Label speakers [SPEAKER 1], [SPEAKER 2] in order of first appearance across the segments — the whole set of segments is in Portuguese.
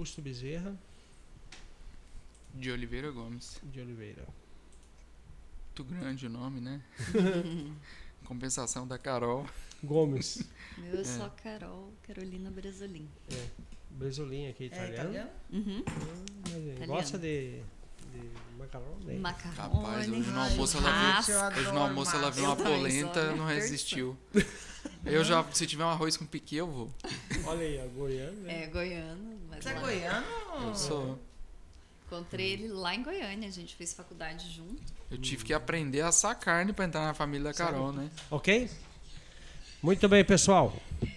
[SPEAKER 1] Augusto Bezerra
[SPEAKER 2] De Oliveira Gomes.
[SPEAKER 1] de Oliveira.
[SPEAKER 2] Muito grande o nome, né? Compensação da Carol.
[SPEAKER 1] Gomes.
[SPEAKER 3] Eu sou a Carolina Bresolim.
[SPEAKER 1] Bresolim aqui, italiano.
[SPEAKER 3] Uhum.
[SPEAKER 1] Gosta de macarrão? Né?
[SPEAKER 3] Macarrone.
[SPEAKER 2] Rapaz, hoje no almoço ela viu uma polenta, não resistiu. Se tiver um arroz com piqui, eu vou.
[SPEAKER 1] Olha aí, a goiano. Né?
[SPEAKER 3] É, goiano. Mas
[SPEAKER 4] Você é
[SPEAKER 3] lá-
[SPEAKER 4] goiano?
[SPEAKER 2] Eu sou.
[SPEAKER 3] Encontrei ele lá em Goiânia, a gente fez faculdade junto.
[SPEAKER 2] Eu tive que aprender a assar carne pra entrar na família da Carol, né?
[SPEAKER 1] Ok? Muito bem, pessoal.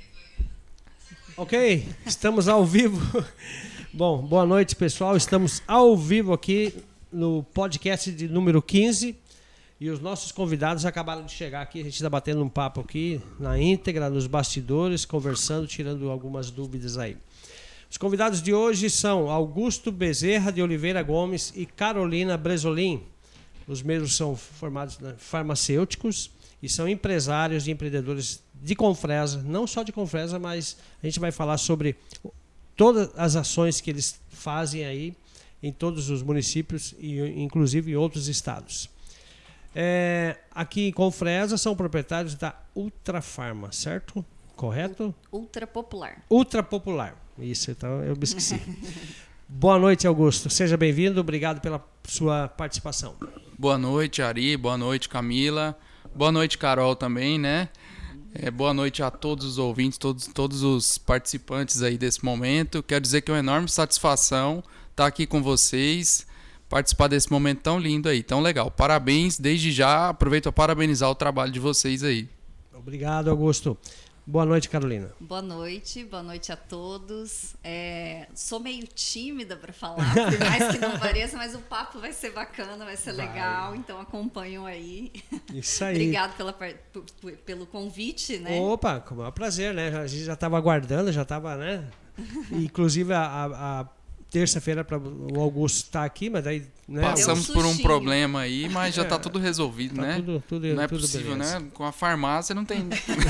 [SPEAKER 1] Ok, estamos ao vivo. Bom, boa noite, pessoal. Estamos ao vivo aqui no podcast de número 15. E os nossos convidados acabaram de chegar aqui. A gente está batendo um papo aqui na íntegra, nos bastidores, conversando, tirando algumas dúvidas aí. Os convidados de hoje são Augusto Bezerra de Oliveira Gomes e Carolina Bresolim. Os mesmos são formados farmacêuticos e são empresários e empreendedores de Confresa, não só de Confresa, mas a gente vai falar sobre todas as ações que eles fazem aí em todos os municípios e inclusive em outros estados. Aqui em Confresa são proprietários da Ultra Farma, certo? Correto?
[SPEAKER 3] Ultra popular.
[SPEAKER 1] Ultra Popular. Isso, então eu me esqueci. Boa noite, Augusto. Seja bem-vindo. Obrigado pela sua participação.
[SPEAKER 2] Boa noite, Ari. Boa noite, Camila. Boa noite, Carol, também, né? Boa noite a todos os ouvintes, todos os participantes aí desse momento. Quero dizer que é uma enorme satisfação estar aqui com vocês, participar desse momento tão lindo aí, tão legal. Parabéns, desde já aproveito para parabenizar o trabalho de vocês aí.
[SPEAKER 1] Obrigado, Augusto. Boa noite, Carolina.
[SPEAKER 3] Boa noite a todos. Sou meio tímida para falar, por mais que não pareça, mas o papo vai ser bacana, vai ser legal, então acompanham aí.
[SPEAKER 1] Isso aí.
[SPEAKER 3] Obrigado pelo convite, né?
[SPEAKER 1] Opa, com o maior prazer, né? A gente já estava aguardando, já estava, né? Inclusive a terça-feira para o Augusto estar aqui, mas daí... Né?
[SPEAKER 2] Passamos por um problema aí, mas já está tudo resolvido,
[SPEAKER 1] tá
[SPEAKER 2] né?
[SPEAKER 1] Tudo
[SPEAKER 2] não é
[SPEAKER 1] tudo
[SPEAKER 2] possível,
[SPEAKER 1] beleza.
[SPEAKER 2] né? Com a farmácia não tem...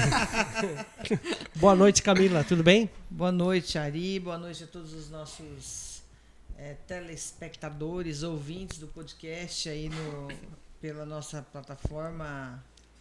[SPEAKER 1] Boa noite, Camila. Tudo bem?
[SPEAKER 4] Boa noite, Ari. Boa noite a todos os nossos telespectadores, ouvintes do podcast aí pela nossa plataforma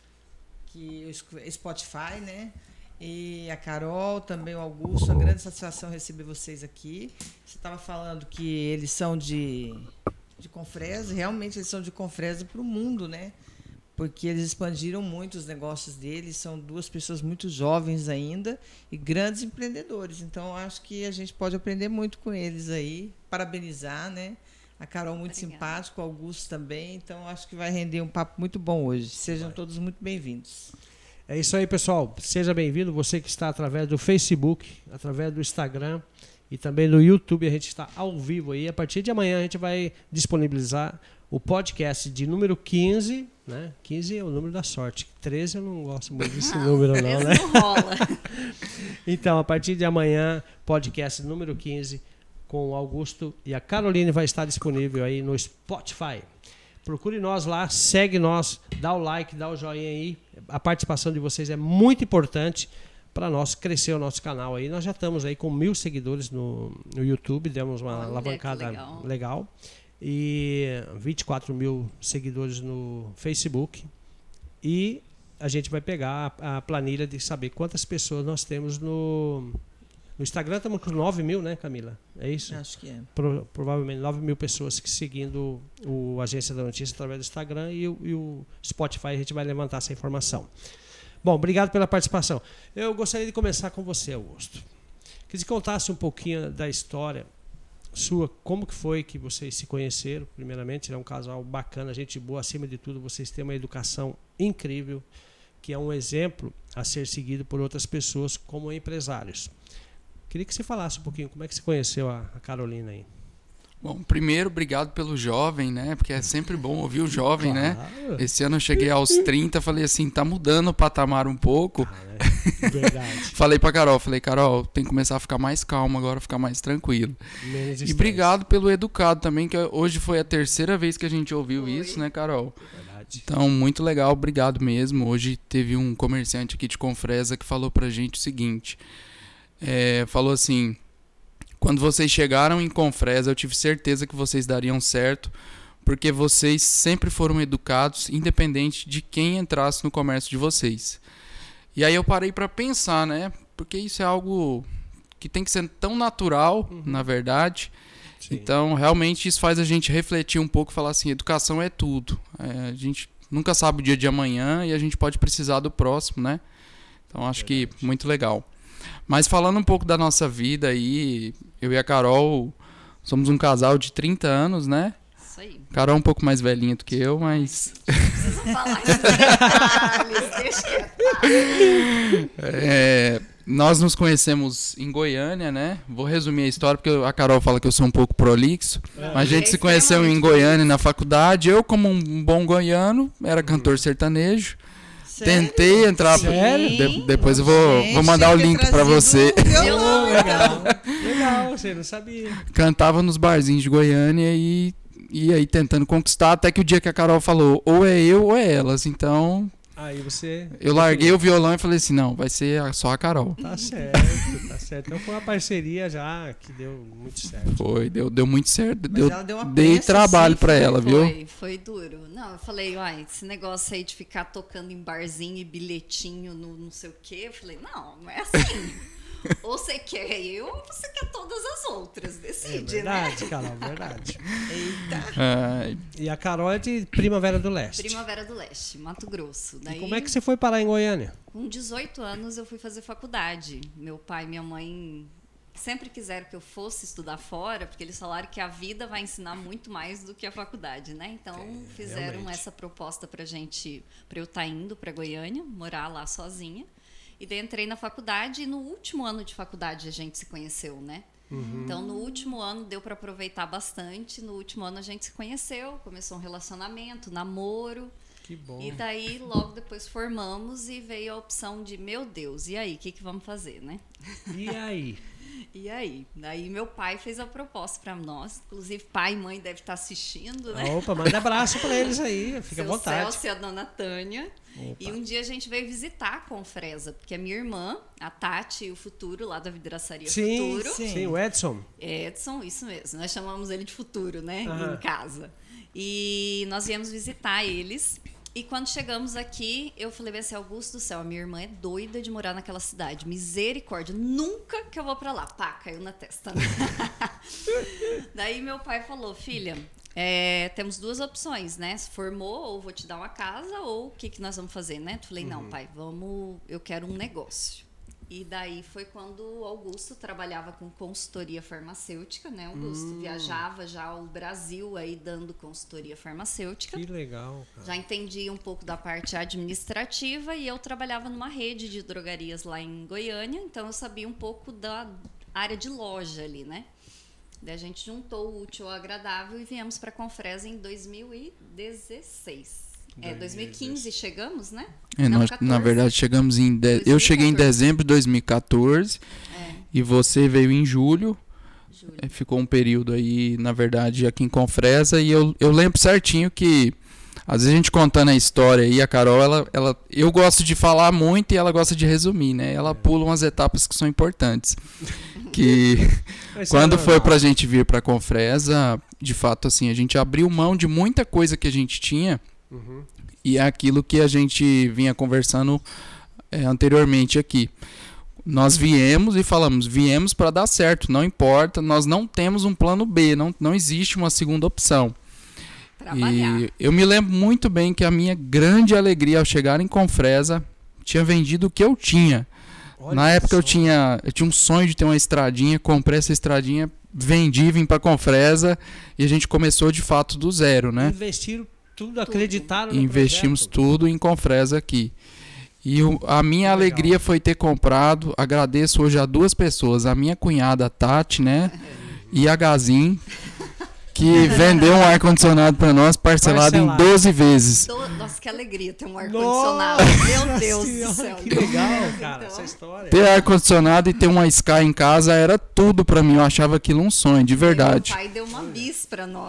[SPEAKER 4] Spotify, né? E a Carol, também o Augusto, uma grande satisfação receber vocês aqui. Você estava falando que eles são de Confresa, realmente eles são de Confresa para o mundo, né? Porque eles expandiram muito os negócios deles, são duas pessoas muito jovens ainda e grandes empreendedores. Então, acho que a gente pode aprender muito com eles aí, parabenizar, né? A Carol muito simpática, o Augusto também, então acho que vai render um papo muito bom hoje. Sejam todos muito bem-vindos.
[SPEAKER 1] É isso aí, pessoal. Seja bem-vindo. Você que está através do Facebook, através do Instagram e também no YouTube. A gente está ao vivo aí. A partir de amanhã a gente vai disponibilizar o podcast de número 15, né? 15 é o número da sorte. 13 eu não gosto muito desse número não, né?
[SPEAKER 3] Não rola.
[SPEAKER 1] Então, a partir de amanhã, podcast número 15 com o Augusto e a Carolina vai estar disponível aí no Spotify. Procure nós lá, segue nós, dá o like, dá o joinha aí. A participação de vocês é muito importante para nós crescer o nosso canal aí. Nós já estamos aí com 1000 seguidores no YouTube, demos uma alavancada legal. E 24 mil seguidores no Facebook. E a gente vai pegar a planilha de saber quantas pessoas nós temos no Instagram. Estamos com 9 mil, né, Camila? É isso?
[SPEAKER 4] Acho que é.
[SPEAKER 1] Provavelmente 9 mil pessoas que seguindo o Agência da Notícia através do Instagram e o Spotify. A gente vai levantar essa informação. Bom, obrigado pela participação. Eu gostaria de começar com você, Augusto. Que você contasse um pouquinho da história sua, como que foi que vocês se conheceram, primeiramente. É um casal bacana, gente boa, acima de tudo. Vocês têm uma educação incrível, que é um exemplo a ser seguido por outras pessoas como empresários. Queria que você falasse um pouquinho como é que você conheceu a Carolina aí.
[SPEAKER 2] Bom, primeiro, obrigado pelo jovem, né? Porque é sempre bom ouvir o jovem,
[SPEAKER 1] Claro.
[SPEAKER 2] né? Esse ano eu cheguei aos 30, falei assim, tá mudando o patamar um pouco.
[SPEAKER 1] Verdade.
[SPEAKER 2] Falei, Carol, tem que começar a ficar mais calmo agora, ficar mais tranquilo.
[SPEAKER 1] Menos
[SPEAKER 2] E
[SPEAKER 1] estresse.
[SPEAKER 2] obrigado pelo educado também, que hoje foi a terceira vez que a gente ouviu isso, né, Carol?
[SPEAKER 1] Verdade.
[SPEAKER 2] Então, muito legal, obrigado mesmo. Hoje teve um comerciante aqui de Confresa que falou pra gente o seguinte, falou assim... quando vocês chegaram em Confresa, eu tive certeza que vocês dariam certo, porque vocês sempre foram educados, independente de quem entrasse no comércio de vocês. E aí eu parei para pensar, né? Porque isso é algo que tem que ser tão natural, na verdade.
[SPEAKER 1] Sim.
[SPEAKER 2] Então, realmente, isso faz a gente refletir um pouco e falar assim, educação é tudo. A gente nunca sabe o dia de amanhã e a gente pode precisar do próximo, né? Então, acho que muito legal. Mas falando um pouco da nossa vida aí, eu e a Carol somos um casal de 30 anos, né?
[SPEAKER 3] Isso aí.
[SPEAKER 2] Carol é um pouco mais velhinha do que eu, mas...
[SPEAKER 3] Não precisa falar esses detalhes, deixa quieto.
[SPEAKER 2] Nós nos conhecemos em Goiânia, né? Vou resumir a história, porque a Carol fala que eu sou um pouco prolixo. Mas a gente se conheceu em Goiânia, na faculdade. Eu, como um bom goiano, era cantor sertanejo.
[SPEAKER 4] Sério?
[SPEAKER 2] Tentei entrar...
[SPEAKER 1] Sério?
[SPEAKER 2] Depois eu vou mandar o link pra você.
[SPEAKER 4] Violão,
[SPEAKER 1] Legal. Legal, você não sabia.
[SPEAKER 2] Cantava nos barzinhos de Goiânia e aí tentando conquistar, até que o dia que a Carol falou, ou é eu ou é elas. Então,
[SPEAKER 1] Aí você...
[SPEAKER 2] eu larguei o violão e falei assim, não, vai ser só a Carol.
[SPEAKER 1] Tá certo, tá certo. Então foi uma parceria já que deu muito certo.
[SPEAKER 2] Foi, deu muito certo.
[SPEAKER 4] Mas ela deu uma
[SPEAKER 2] Dei
[SPEAKER 4] peça,
[SPEAKER 2] trabalho
[SPEAKER 4] assim,
[SPEAKER 2] pra ela, viu?
[SPEAKER 3] Foi duro. Não, eu falei, uai, esse negócio aí de ficar tocando em barzinho e bilhetinho no não sei o quê. Eu falei, não é assim. Ou você quer eu, ou você quer todas as outras. Decide,
[SPEAKER 1] Verdade,
[SPEAKER 3] né?
[SPEAKER 1] Carol, verdade.
[SPEAKER 2] Ai,
[SPEAKER 1] E a Carol é de Primavera do Leste.
[SPEAKER 3] Primavera do Leste, Mato Grosso.
[SPEAKER 1] E
[SPEAKER 3] Daí,
[SPEAKER 1] como é que você foi parar em Goiânia?
[SPEAKER 3] com 18 anos eu fui fazer faculdade. Meu pai e minha mãe sempre quiseram que eu fosse estudar fora, porque eles falaram que a vida vai ensinar muito mais do que a faculdade, né? Então fizeram
[SPEAKER 1] realmente.
[SPEAKER 3] essa proposta pra eu estar indo pra Goiânia, morar lá sozinha. E daí entrei na faculdade e no último ano de faculdade a gente se conheceu, né? Então no último ano deu pra aproveitar bastante. No último ano a gente se conheceu, começou um relacionamento, namoro.
[SPEAKER 1] Que bom.
[SPEAKER 3] E daí, logo depois formamos e veio a opção de, meu Deus, e aí, o que vamos fazer, né?
[SPEAKER 1] E aí?
[SPEAKER 3] E aí? Daí meu pai fez a proposta para nós, inclusive pai e mãe devem estar assistindo, né?
[SPEAKER 1] Opa, manda abraço pra eles aí, fica à
[SPEAKER 3] Seu
[SPEAKER 1] vontade.
[SPEAKER 3] Celso e a dona Tânia.
[SPEAKER 1] Opa.
[SPEAKER 3] E um dia a gente veio visitar a Confresa, porque a minha irmã, a Tati e o Futuro, lá da vidraçaria
[SPEAKER 1] Sim,
[SPEAKER 3] Futuro.
[SPEAKER 1] sim, o Edson.
[SPEAKER 3] Edson, isso mesmo. Nós chamamos ele de Futuro, né?
[SPEAKER 1] Aham.
[SPEAKER 3] Em casa. E nós viemos visitar eles. E quando chegamos aqui, eu falei assim, Augusto do céu, a minha irmã é doida de morar naquela cidade. Misericórdia, nunca que eu vou pra lá. Pá, caiu na testa. Daí meu pai falou, filha, temos duas opções, né? Se formou, ou vou te dar uma casa, ou o que nós vamos fazer, né? Eu falei, não, pai, eu quero um negócio. E daí foi quando o Augusto trabalhava com consultoria farmacêutica, né? Augusto viajava já o Brasil aí dando consultoria farmacêutica.
[SPEAKER 1] Que legal, cara.
[SPEAKER 3] Já entendia um pouco da parte administrativa e eu trabalhava numa rede de drogarias lá em Goiânia, então eu sabia um pouco da área de loja ali, né? Daí a gente juntou o útil ao agradável e viemos para a Confresa em 2016. 2015 chegamos, né? Não,
[SPEAKER 2] nós,
[SPEAKER 3] 14.
[SPEAKER 2] na verdade, chegamos eu cheguei em
[SPEAKER 3] 2014.
[SPEAKER 2] dezembro de 2014 e você veio em julho.
[SPEAKER 3] Júlio.
[SPEAKER 2] Ficou um período aí, na verdade, aqui em Confresa. E eu lembro certinho que, às vezes a gente contando a história aí, a Carol, eu gosto de falar muito e ela gosta de resumir, né? Ela pula umas etapas que são importantes. Que
[SPEAKER 1] Mas
[SPEAKER 2] quando
[SPEAKER 1] é
[SPEAKER 2] foi
[SPEAKER 1] normal.
[SPEAKER 2] pra gente vir pra Confresa, de fato, assim, a gente abriu mão de muita coisa que a gente tinha. E é aquilo que a gente vinha conversando anteriormente aqui. Nós viemos e falamos, viemos para dar certo, não importa, nós não temos um plano B, não existe uma segunda opção.
[SPEAKER 3] Trabalhar.
[SPEAKER 2] E eu me lembro muito bem que a minha grande alegria ao chegar em Confresa, tinha vendido o que eu tinha.
[SPEAKER 1] Olha
[SPEAKER 2] Na época
[SPEAKER 1] só.
[SPEAKER 2] eu tinha um sonho de ter uma estradinha, comprei essa estradinha, vendi, vim para Confresa e a gente começou de fato do zero, né?
[SPEAKER 1] Investiram tudo, acreditaram no
[SPEAKER 2] Investimos
[SPEAKER 1] projeto.
[SPEAKER 2] tudo em Confresa aqui. E a minha
[SPEAKER 1] Legal.
[SPEAKER 2] alegria foi ter comprado. Agradeço hoje a duas pessoas, a minha cunhada a Tati, né? E a Gazin, que vendeu um ar-condicionado para nós, parcelado em 12 vezes.
[SPEAKER 3] Nossa, que alegria ter um ar-condicionado. Meu Deus do céu.
[SPEAKER 1] Que legal, cara,
[SPEAKER 3] Então,
[SPEAKER 1] essa história.
[SPEAKER 2] Ter ar-condicionado e ter uma Sky em casa era tudo para mim. Eu achava aquilo um sonho, de verdade.
[SPEAKER 3] Meu pai deu uma bis pra nós.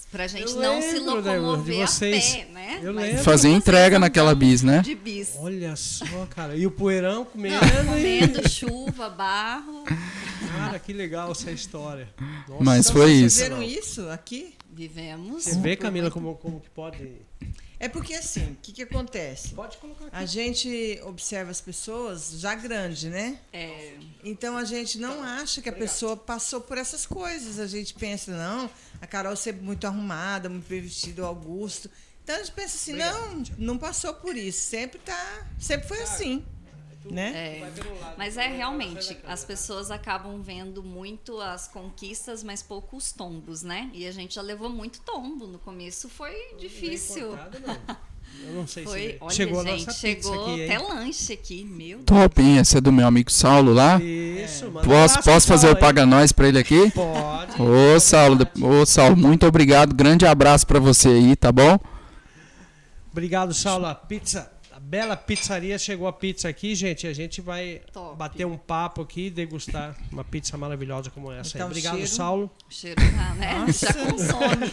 [SPEAKER 3] Pra gente
[SPEAKER 1] Eu
[SPEAKER 3] não se
[SPEAKER 1] lembro, né,
[SPEAKER 3] locomover
[SPEAKER 1] de vocês.
[SPEAKER 3] a pé, né?
[SPEAKER 1] Eu
[SPEAKER 3] Mas
[SPEAKER 1] lembro.
[SPEAKER 2] Fazia
[SPEAKER 3] vocês
[SPEAKER 2] entrega naquela
[SPEAKER 3] andando
[SPEAKER 2] bis, né?
[SPEAKER 3] De bis.
[SPEAKER 1] Olha só, cara. E o poeirão comendo.
[SPEAKER 3] Não, comendo chuva, barro.
[SPEAKER 1] Cara, que legal essa história. Nossa,
[SPEAKER 2] Mas
[SPEAKER 4] Então,
[SPEAKER 2] foi
[SPEAKER 4] vocês
[SPEAKER 2] isso.
[SPEAKER 4] viram isso aqui?
[SPEAKER 3] Vivemos.
[SPEAKER 1] Você vê,
[SPEAKER 3] por
[SPEAKER 1] Camila,
[SPEAKER 3] muito-
[SPEAKER 1] como que pode.
[SPEAKER 4] É porque assim, o que acontece?
[SPEAKER 1] Pode colocar aqui.
[SPEAKER 4] A gente observa as pessoas já grande, né?
[SPEAKER 3] É,
[SPEAKER 4] Então a gente não acha que a pessoa passou por essas coisas. A gente pensa, não, a Carol sempre muito arrumada, muito bem vestida, o Augusto. Então a gente pensa assim, não passou por isso. Sempre foi assim, né?
[SPEAKER 3] é. Mas é realmente, as pessoas acabam vendo muito as conquistas, mas pouco os tombos, né? E a gente já levou muito tombo. No começo foi difícil.
[SPEAKER 1] Eu não sei
[SPEAKER 3] Foi,
[SPEAKER 1] se
[SPEAKER 3] olha,
[SPEAKER 1] chegou a
[SPEAKER 3] gente,
[SPEAKER 1] nossa
[SPEAKER 3] chegou
[SPEAKER 1] pizza aqui,
[SPEAKER 3] até
[SPEAKER 1] hein?
[SPEAKER 3] lanche aqui, meu Deus.
[SPEAKER 2] Top, hein? Essa é do meu amigo Saulo lá.
[SPEAKER 1] Isso, mano. Um abraço,
[SPEAKER 2] Posso fazer o
[SPEAKER 1] Saulo, hein?
[SPEAKER 2] Paga Nós pra ele aqui?
[SPEAKER 1] Pode.
[SPEAKER 2] Ô, Saulo, muito obrigado. Grande abraço pra você aí, tá bom?
[SPEAKER 1] Obrigado, Saulo. A pizza, a bela pizzaria chegou a pizza aqui, gente. A gente vai
[SPEAKER 3] Top.
[SPEAKER 1] bater um papo aqui e degustar uma pizza maravilhosa como essa. aí.
[SPEAKER 4] Então,
[SPEAKER 1] Obrigado,
[SPEAKER 4] cheiro.
[SPEAKER 1] Saulo.
[SPEAKER 3] O cheiro já, né? Já consome.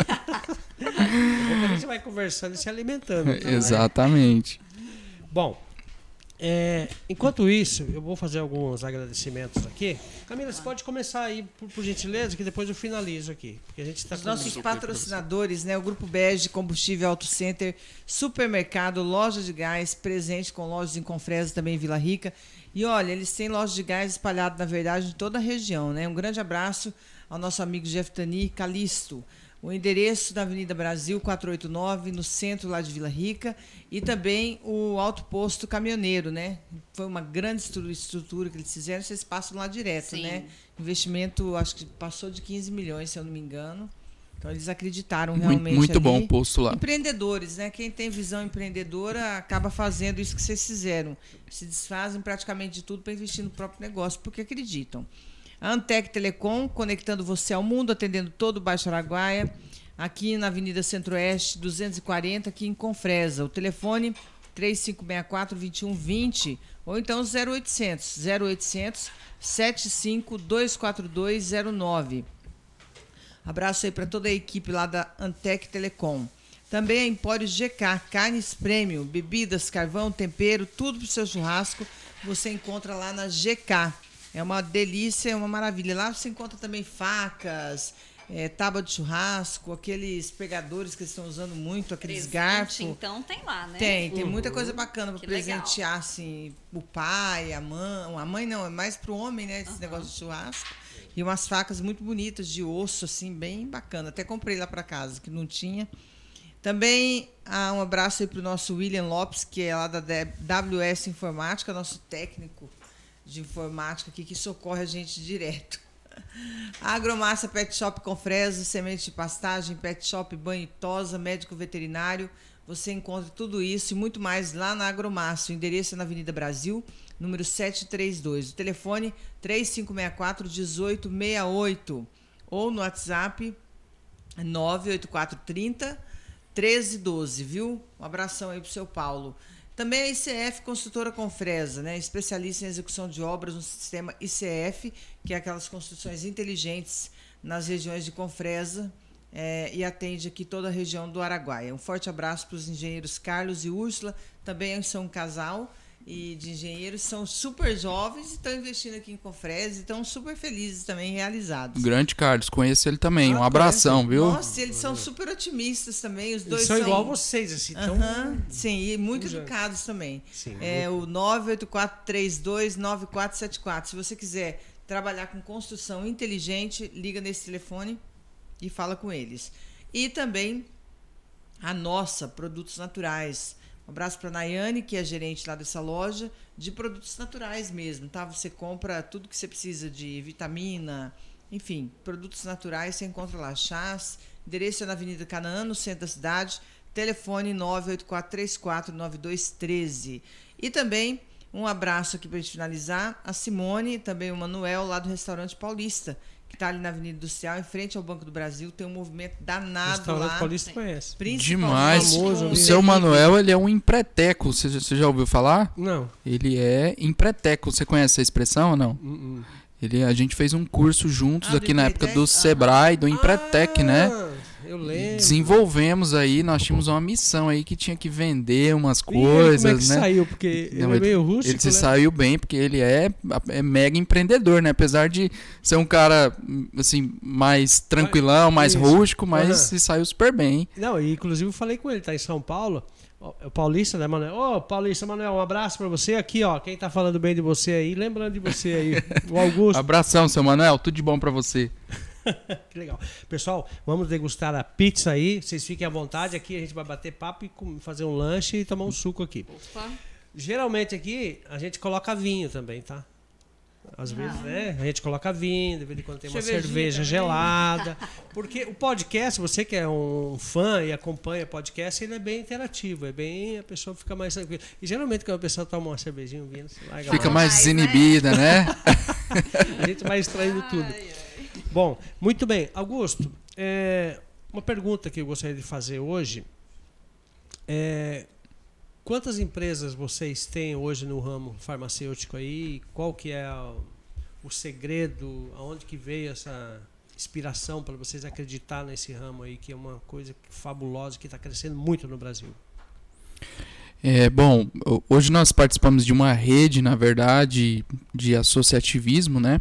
[SPEAKER 1] A gente vai conversando e se alimentando. Então, né?
[SPEAKER 2] Exatamente.
[SPEAKER 1] Bom, enquanto isso, eu vou fazer alguns agradecimentos aqui. Camila, você pode começar aí, por gentileza, que depois eu finalizo aqui. Porque a gente está
[SPEAKER 4] Os nossos patrocinadores, né? O Grupo Bege, Combustível Auto Center, Supermercado, Loja de Gás, presente com lojas em Confresa, também em Vila Rica. E olha, eles têm lojas de gás espalhadas, na verdade, em toda a região, né? Um grande abraço ao nosso amigo Jeff Tani Calisto. O endereço da Avenida Brasil 489, no centro lá de Vila Rica, e também o Alto Posto Caminhoneiro, né? Foi uma grande estrutura que eles fizeram, vocês passam lá direto,
[SPEAKER 3] Sim.
[SPEAKER 4] né? Investimento, acho que passou de 15 milhões, se eu não me engano. Então eles acreditaram realmente
[SPEAKER 2] Muito
[SPEAKER 4] ali.
[SPEAKER 2] bom o posto lá.
[SPEAKER 4] Empreendedores, né? Quem tem visão empreendedora acaba fazendo isso que vocês fizeram. Se desfazem praticamente de tudo para investir no próprio negócio, porque acreditam. A Antec Telecom, conectando você ao mundo, atendendo todo o Baixo Araguaia, aqui na Avenida Centro-Oeste, 240, aqui em Confresa. O telefone 3564-2120 ou então 0800 75 24209. Abraço aí para toda a equipe lá da Antec Telecom. Também a Empório GK, carnes premium, bebidas, carvão, tempero, tudo para o seu churrasco, você encontra lá na GK. É uma delícia, é uma maravilha. Lá você encontra também facas, tábua de churrasco, aqueles pegadores que eles estão usando muito, aqueles
[SPEAKER 3] Presente,
[SPEAKER 4] garfos.
[SPEAKER 3] então tem lá, né?
[SPEAKER 4] Tem muita coisa bacana para
[SPEAKER 3] Que legal.
[SPEAKER 4] presentear assim, o pai, a mãe não, é mais pro homem, né, esse negócio de churrasco. E umas facas muito bonitas de osso assim, bem bacana. Até comprei lá para casa, que não tinha. Também um abraço aí pro nosso William Lopes, que é lá da WS Informática, nosso técnico de informática aqui, que socorre a gente direto. A Agromassa Pet Shop Confresa, semente de pastagem, Pet Shop banho e tosa, médico veterinário. Você encontra tudo isso e muito mais lá na Agromassa. O endereço é na Avenida Brasil, número 732. O telefone 3564-1868 ou no WhatsApp 98430 1312, viu? Um abração aí pro seu Paulo. Também a ICF Construtora Confresa, né? Especialista em execução de obras no sistema ICF, que é aquelas construções inteligentes nas regiões de Confresa, e atende aqui toda a região do Araguaia. Um forte abraço para os engenheiros Carlos e Úrsula, também são um casal e de engenheiros, são super jovens e estão investindo aqui em Confresa e estão super felizes também, realizados.
[SPEAKER 2] Grande Carlos, conheço ele também. Um abração, viu?
[SPEAKER 4] Nossa, eles são super otimistas também, os dois
[SPEAKER 1] Eles são igual a vocês, assim. Então,
[SPEAKER 4] Sim, e muito
[SPEAKER 1] Já.
[SPEAKER 4] educados também.
[SPEAKER 1] Sim,
[SPEAKER 4] É o 984329474. Se você quiser trabalhar com construção inteligente, liga nesse telefone e fala com eles. E também a nossa Produtos Naturais. Um abraço para a Nayane, que é gerente lá dessa loja, de produtos naturais mesmo, tá? Você compra tudo que você precisa de vitamina, enfim, produtos naturais, você encontra lá. Chás, endereço é na Avenida Canaã, no centro da cidade, telefone 984349213. E também um abraço aqui para a gente finalizar, a Simone, também o Manuel, lá do Restaurante Paulista, que está ali na Avenida Industrial, em frente ao Banco do Brasil, tem um movimento danado
[SPEAKER 1] Restaurante
[SPEAKER 4] lá.
[SPEAKER 1] Paulista conhece.
[SPEAKER 2] Demais.
[SPEAKER 1] famoso,
[SPEAKER 2] O
[SPEAKER 1] né?
[SPEAKER 2] seu Manuel, ele é um empreteco. Você já ouviu falar?
[SPEAKER 1] Não.
[SPEAKER 2] Ele é empreteco. Você conhece essa expressão ou não? A gente fez um curso juntos
[SPEAKER 4] Ah, do
[SPEAKER 2] aqui na época do
[SPEAKER 4] Empretec?
[SPEAKER 2] Sebrae, do Empretec, né?
[SPEAKER 1] Eu Eu lembro.
[SPEAKER 2] desenvolvemos aí, nós tínhamos uma missão aí que tinha que vender umas
[SPEAKER 1] E
[SPEAKER 2] coisas,
[SPEAKER 1] como é que
[SPEAKER 2] né?
[SPEAKER 1] saiu? Porque
[SPEAKER 2] Não,
[SPEAKER 1] ele é meio rústico,
[SPEAKER 2] Ele se
[SPEAKER 1] né?
[SPEAKER 2] saiu bem, porque ele é mega empreendedor, né? Apesar de ser um cara, assim, mais tranquilão, mais
[SPEAKER 1] Isso.
[SPEAKER 2] rústico, mas
[SPEAKER 1] Aham.
[SPEAKER 2] se saiu super bem.
[SPEAKER 1] Não, e inclusive eu falei com ele, tá em São Paulo. O Paulista, né, Manuel? Ô, Paulista, Manuel, um abraço pra você. Aqui, ó, quem tá falando bem de você aí, lembrando de você aí, o Augusto.
[SPEAKER 2] Abração, seu Manuel, tudo de bom pra você.
[SPEAKER 1] Que legal. Pessoal, vamos degustar a pizza aí. Vocês fiquem à vontade. Aqui a gente vai bater papo e fazer um lanche e tomar um suco aqui.
[SPEAKER 3] Opa.
[SPEAKER 1] Geralmente aqui a gente coloca vinho também, tá? Às vezes, né? A gente coloca vinho, de vez em quando tem uma
[SPEAKER 4] Cervejinha
[SPEAKER 1] cerveja
[SPEAKER 4] também.
[SPEAKER 1] gelada. Porque o podcast, você que é um fã e acompanha podcast, ele é bem interativo. É bem. A pessoa fica mais tranquila. E geralmente quando a pessoa toma uma cervejinha, um vinho, você larga
[SPEAKER 2] Fica
[SPEAKER 1] lá.
[SPEAKER 2] mais
[SPEAKER 3] mais,
[SPEAKER 2] desinibida, né?
[SPEAKER 1] A gente vai extraindo tudo. Bom, muito bem. Augusto, uma pergunta que eu gostaria de fazer hoje é: quantas empresas vocês têm hoje no ramo farmacêutico aí? Qual que é o segredo? Aonde que veio essa inspiração para vocês acreditar nesse ramo aí, que é uma coisa fabulosa, que está crescendo muito no Brasil?
[SPEAKER 2] Bom, hoje nós participamos de uma rede, na verdade, de associativismo, né?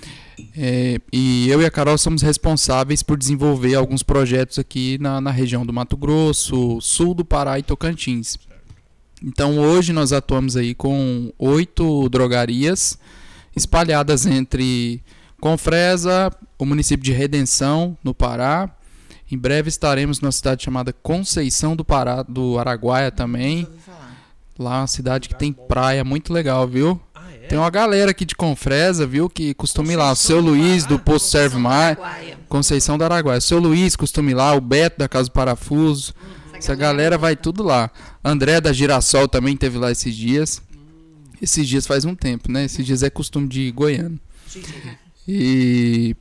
[SPEAKER 2] E eu e a Carol somos responsáveis por desenvolver alguns projetos aqui na região do Mato Grosso, sul do Pará e Tocantins. Então hoje nós atuamos aí com 8 drogarias espalhadas entre Confresa, o município de Redenção, no Pará. Em breve estaremos numa cidade chamada Conceição do Pará, do Araguaia também.
[SPEAKER 4] Ouvi falar.
[SPEAKER 2] Lá é uma cidade que tem praia muito legal, viu?
[SPEAKER 1] Ah, é?
[SPEAKER 2] Tem uma galera aqui de Confresa, viu, que costuma ir lá. O
[SPEAKER 1] Conceição
[SPEAKER 2] seu
[SPEAKER 1] do
[SPEAKER 2] Luiz,
[SPEAKER 1] Pará?
[SPEAKER 2] do Posto Serve Mais.
[SPEAKER 3] Araguaia.
[SPEAKER 2] Conceição do Araguaia. O seu Luiz costuma ir lá. O Beto, da Casa do Parafuso. Essa galera vai tudo lá. André, da Girassol, também teve lá esses dias. Esses dias faz um tempo, né? Esses dias é costume de goiano.
[SPEAKER 1] Sim, sim.
[SPEAKER 2] E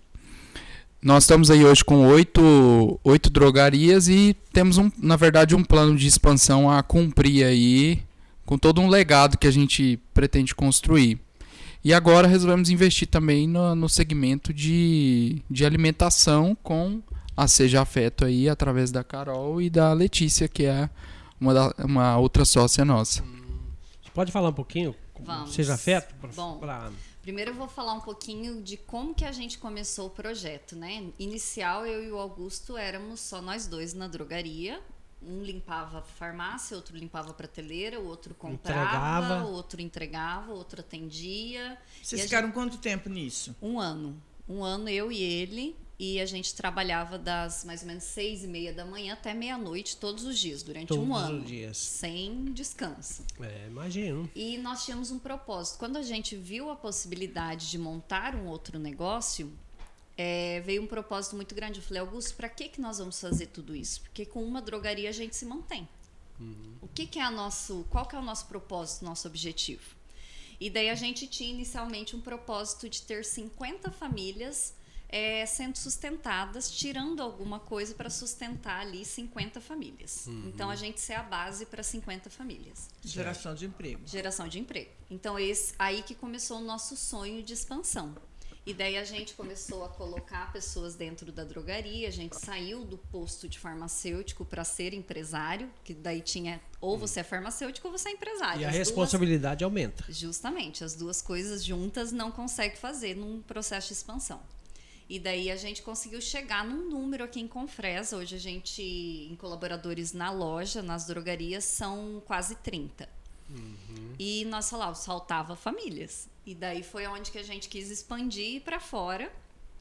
[SPEAKER 2] nós estamos aí hoje com 8 drogarias e temos, na verdade, um plano de expansão a cumprir aí, com todo um legado que a gente pretende construir. E agora resolvemos investir também no segmento de alimentação com a Seja Afeto aí, através da Carol e da Letícia, que é uma outra sócia nossa.
[SPEAKER 1] Você pode falar um pouquinho?
[SPEAKER 3] Vamos.
[SPEAKER 1] Seja Afeto?
[SPEAKER 3] Bom, primeiro eu vou falar um pouquinho de como que a gente começou o projeto, né? Inicial, eu e o Augusto éramos só nós dois na drogaria. Um limpava a farmácia, outro limpava a prateleira, o outro comprava, o outro entregava, o outro atendia.
[SPEAKER 4] Vocês
[SPEAKER 3] E a
[SPEAKER 4] ficaram quanto tempo nisso?
[SPEAKER 3] Um ano. Um ano eu e ele. E a gente trabalhava das mais ou menos 6:30 da manhã até meia-noite todos os dias, durante um ano.
[SPEAKER 1] Todos os dias.
[SPEAKER 3] Sem descanso.
[SPEAKER 1] Imagino.
[SPEAKER 3] E nós tínhamos um propósito. Quando a gente viu a possibilidade de montar um outro negócio, veio um propósito muito grande. Eu falei, Augusto, para que nós vamos fazer tudo isso? Porque com uma drogaria a gente se mantém. O que é qual que é o nosso propósito, nosso objetivo? E daí a gente tinha inicialmente um propósito de ter 50 famílias sendo sustentadas, tirando alguma coisa para sustentar ali 50 famílias. Então a gente ser a base para 50 famílias.
[SPEAKER 4] Geração de emprego.
[SPEAKER 3] Geração de emprego. Então aí que começou o nosso sonho de expansão. E daí a gente começou a colocar pessoas dentro da drogaria, a gente saiu do posto de farmacêutico para ser empresário, que daí tinha ou você é farmacêutico ou você é empresário.
[SPEAKER 1] E a
[SPEAKER 3] As
[SPEAKER 1] responsabilidade aumenta.
[SPEAKER 3] Justamente, as duas coisas juntas não consegue fazer num processo de expansão. E daí a gente conseguiu chegar num número aqui em Confresa. Hoje a gente, em colaboradores na loja, nas drogarias, são quase 30. E nós falávamos, faltava famílias. E daí foi onde que a gente quis expandir para fora.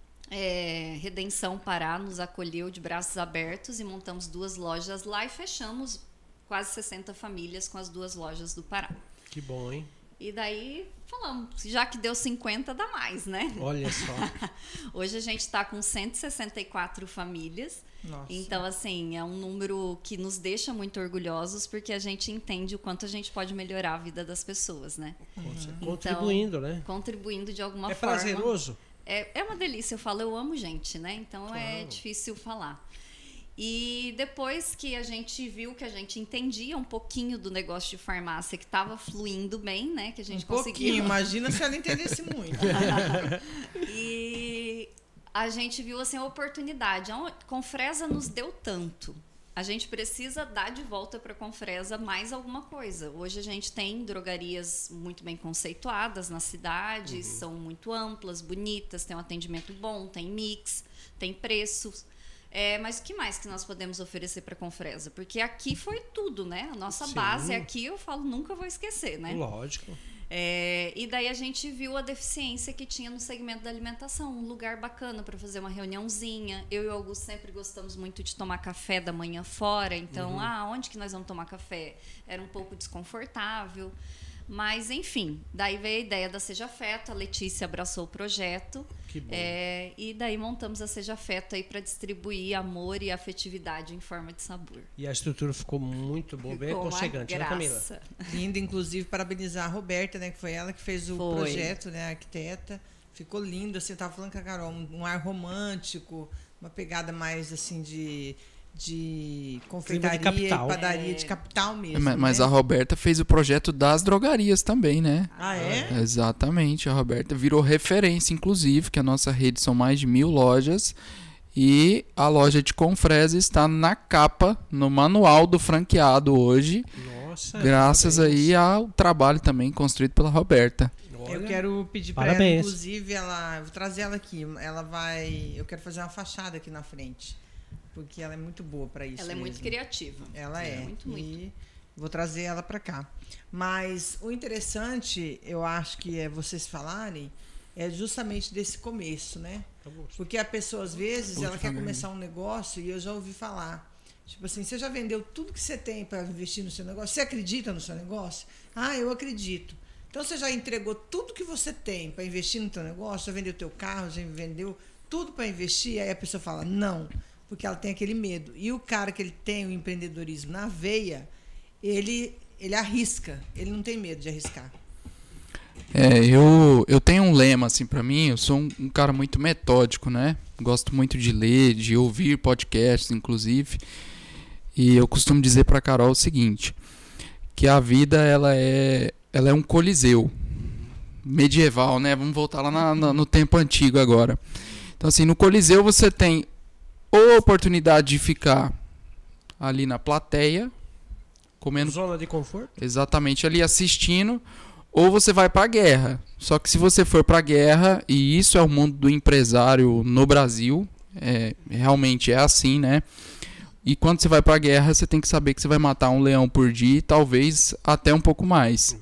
[SPEAKER 3] Redenção Pará nos acolheu de braços abertos e montamos 2 lojas lá e fechamos quase 60 famílias com as 2 lojas do Pará.
[SPEAKER 1] Que bom, hein?
[SPEAKER 3] E daí falamos, já que deu 50, dá mais, né?
[SPEAKER 1] Olha só.
[SPEAKER 3] Hoje a gente está com 164 famílias.
[SPEAKER 4] Nossa.
[SPEAKER 3] Então, assim, é um número que nos deixa muito orgulhosos, porque a gente entende o quanto a gente pode melhorar a vida das pessoas, né?
[SPEAKER 1] Contribuindo, né?
[SPEAKER 3] Contribuindo de alguma
[SPEAKER 1] É
[SPEAKER 3] forma.
[SPEAKER 1] prazeroso?
[SPEAKER 3] É uma delícia. Eu falo, eu amo gente, né? Então
[SPEAKER 1] Claro.
[SPEAKER 3] é difícil falar. E depois que a gente viu que a gente entendia um pouquinho do negócio de farmácia, que estava fluindo bem, né? Que a gente conseguiu.
[SPEAKER 4] Imagina se ela entendesse muito.
[SPEAKER 3] E a gente viu assim a oportunidade. Confresa nos deu tanto. A gente precisa dar de volta para a Confresa mais alguma coisa. Hoje a gente tem drogarias muito bem conceituadas na cidade, são muito amplas, bonitas, tem um atendimento bom, tem mix, tem preços. Mas o que mais que nós podemos oferecer para a Confresa? Porque aqui foi tudo, né? A nossa base aqui, eu falo, nunca vou esquecer, né?
[SPEAKER 1] Lógico.
[SPEAKER 3] E daí a gente viu a deficiência que tinha no segmento da alimentação, um lugar bacana para fazer uma reuniãozinha. Eu e o Augusto sempre gostamos muito de tomar café da manhã fora, então, onde que nós vamos tomar café? Era um pouco desconfortável, mas enfim, daí veio a ideia da Seja Afeto, a Letícia abraçou o projeto.
[SPEAKER 1] Que bom.
[SPEAKER 3] E daí montamos a Seja Afeto aí para distribuir amor e afetividade em forma de sabor.
[SPEAKER 1] E a estrutura ficou muito boa, bem aconchegante, né, Camila?
[SPEAKER 4] Linda, inclusive, parabenizar a Roberta, né? Que foi ela que fez o projeto, né? A arquiteta. Ficou lindo, assim, eu tava falando com a Carol, um ar romântico, uma pegada mais, assim, de confeitaria e padaria de capital mesmo.
[SPEAKER 2] Mas
[SPEAKER 4] né?
[SPEAKER 2] a Roberta fez o projeto das drogarias também, né?
[SPEAKER 4] Ah, é?
[SPEAKER 2] Exatamente, a Roberta virou referência, inclusive, que a nossa rede são mais de 1.000 lojas e a loja de Confresa está na capa, no manual do franqueado hoje, graças aí ao trabalho também construído pela Roberta.
[SPEAKER 4] Eu quero pedir para ela, inclusive, vou trazer ela aqui, eu quero fazer uma fachada aqui na frente. Porque ela é muito boa para isso.
[SPEAKER 3] Ela é muito criativa.
[SPEAKER 4] Ela é.
[SPEAKER 3] Muito.
[SPEAKER 4] E vou trazer ela para cá. Mas o interessante, eu acho que é vocês falarem, é justamente desse começo, né? Porque a pessoa, às vezes, ela quer começar um negócio e eu já ouvi falar. Tipo assim, você já vendeu tudo que você tem para investir no seu negócio? Você acredita no seu negócio? Ah, eu acredito. Então, você já entregou tudo que você tem para investir no seu negócio? Já vendeu o teu carro? Já vendeu tudo para investir? Aí a pessoa fala, não. Porque ela tem aquele medo. E o cara que ele tem o empreendedorismo na veia, ele arrisca. Ele não tem medo de arriscar.
[SPEAKER 2] Eu tenho um lema assim para mim. Eu sou um cara muito metódico, né? Gosto muito de ler, de ouvir podcasts, inclusive. E eu costumo dizer para Carol o seguinte, que a vida ela é um coliseu medieval, né? Vamos voltar lá no tempo antigo agora. Então assim, no coliseu você tem ou a oportunidade de ficar ali na plateia, comendo...
[SPEAKER 1] Zona de conforto?
[SPEAKER 2] Exatamente, ali assistindo, ou você vai para a guerra. Só que se você for para a guerra, e isso é o mundo do empresário no Brasil, realmente é assim, né? E quando você vai para a guerra, você tem que saber que você vai matar um leão por dia e talvez até um pouco mais.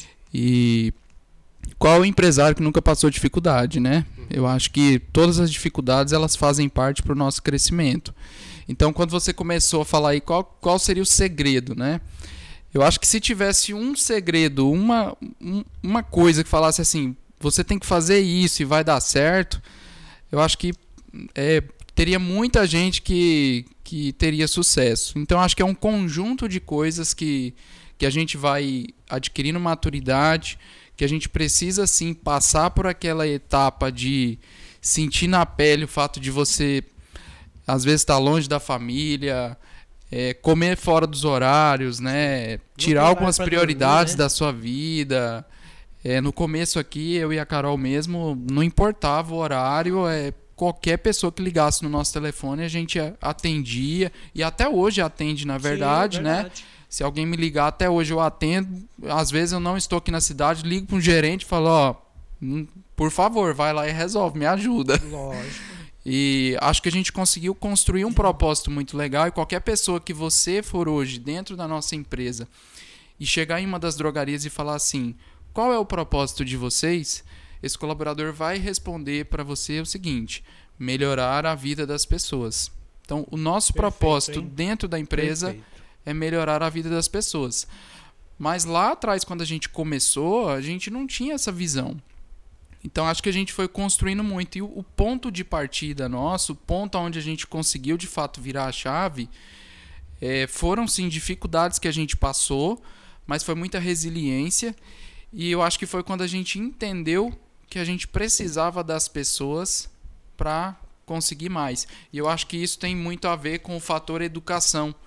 [SPEAKER 2] E qual o empresário que nunca passou dificuldade, né? Eu acho que todas as dificuldades elas fazem parte para o nosso crescimento. Então, quando você começou a falar aí qual seria o segredo, né? Eu acho que se tivesse um segredo, uma coisa que falasse assim, você tem que fazer isso e vai dar certo, eu acho que teria muita gente que teria sucesso. Então, acho que é um conjunto de coisas que a gente vai adquirindo maturidade, que a gente precisa, sim, passar por aquela etapa de sentir na pele o fato de você, às vezes, estar longe da família, comer fora dos horários, né? Tirar algumas prioridades da sua vida. No começo aqui, eu e a Carol mesmo, não importava o horário, qualquer pessoa que ligasse no nosso telefone, a gente atendia, e até hoje atende, na verdade, sim, né? Se alguém me ligar, até hoje eu atendo. Às vezes eu não estou aqui na cidade, ligo para um gerente e falo, por favor, vai lá e resolve, me ajuda.
[SPEAKER 1] Lógico.
[SPEAKER 2] E acho que a gente conseguiu construir um propósito muito legal, e qualquer pessoa que você for hoje dentro da nossa empresa e chegar em uma das drogarias e falar assim, qual é o propósito de vocês? Esse colaborador vai responder para você o seguinte, melhorar a vida das pessoas. Então, o nosso propósito dentro da empresa é melhorar a vida das pessoas. Mas lá atrás, quando a gente começou, a gente não tinha essa visão. Então, acho que a gente foi construindo muito. E o ponto de partida nosso, o ponto onde a gente conseguiu, de fato, virar a chave, foram, sim, dificuldades que a gente passou, mas foi muita resiliência. E eu acho que foi quando a gente entendeu que a gente precisava das pessoas para conseguir mais. E eu acho que isso tem muito a ver com o fator educação.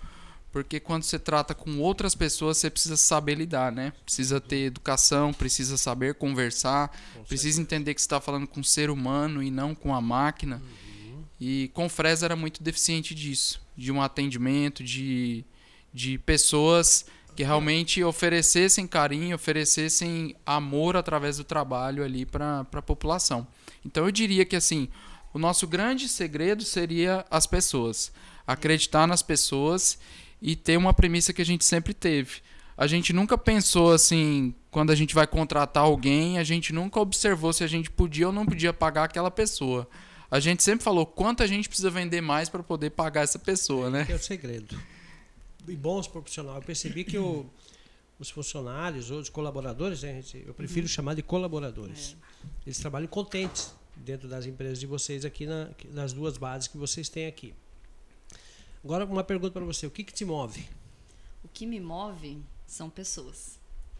[SPEAKER 2] porque quando você trata com outras pessoas, você precisa saber lidar, né? Precisa ter educação, precisa saber conversar, precisa entender que você está falando com um ser humano e não com a máquina. E Confresa era muito deficiente disso, de um atendimento, de pessoas que realmente oferecessem carinho, oferecessem amor através do trabalho ali para a população. Então eu diria que assim, o nosso grande segredo seria as pessoas, acreditar nas pessoas e ter uma premissa que a gente sempre teve. A gente nunca pensou assim, quando a gente vai contratar alguém, a gente nunca observou se a gente podia ou não podia pagar aquela pessoa. A gente sempre falou quanto a gente precisa vender mais para poder pagar essa pessoa, né?
[SPEAKER 1] Que é o segredo. E bons profissionais. Eu percebi que os funcionários ou os colaboradores, né, eu prefiro chamar de colaboradores. Eles trabalham contentes dentro das empresas de vocês aqui nas duas bases que vocês têm aqui. Agora uma pergunta para você, o que te move?
[SPEAKER 3] O que me move são pessoas.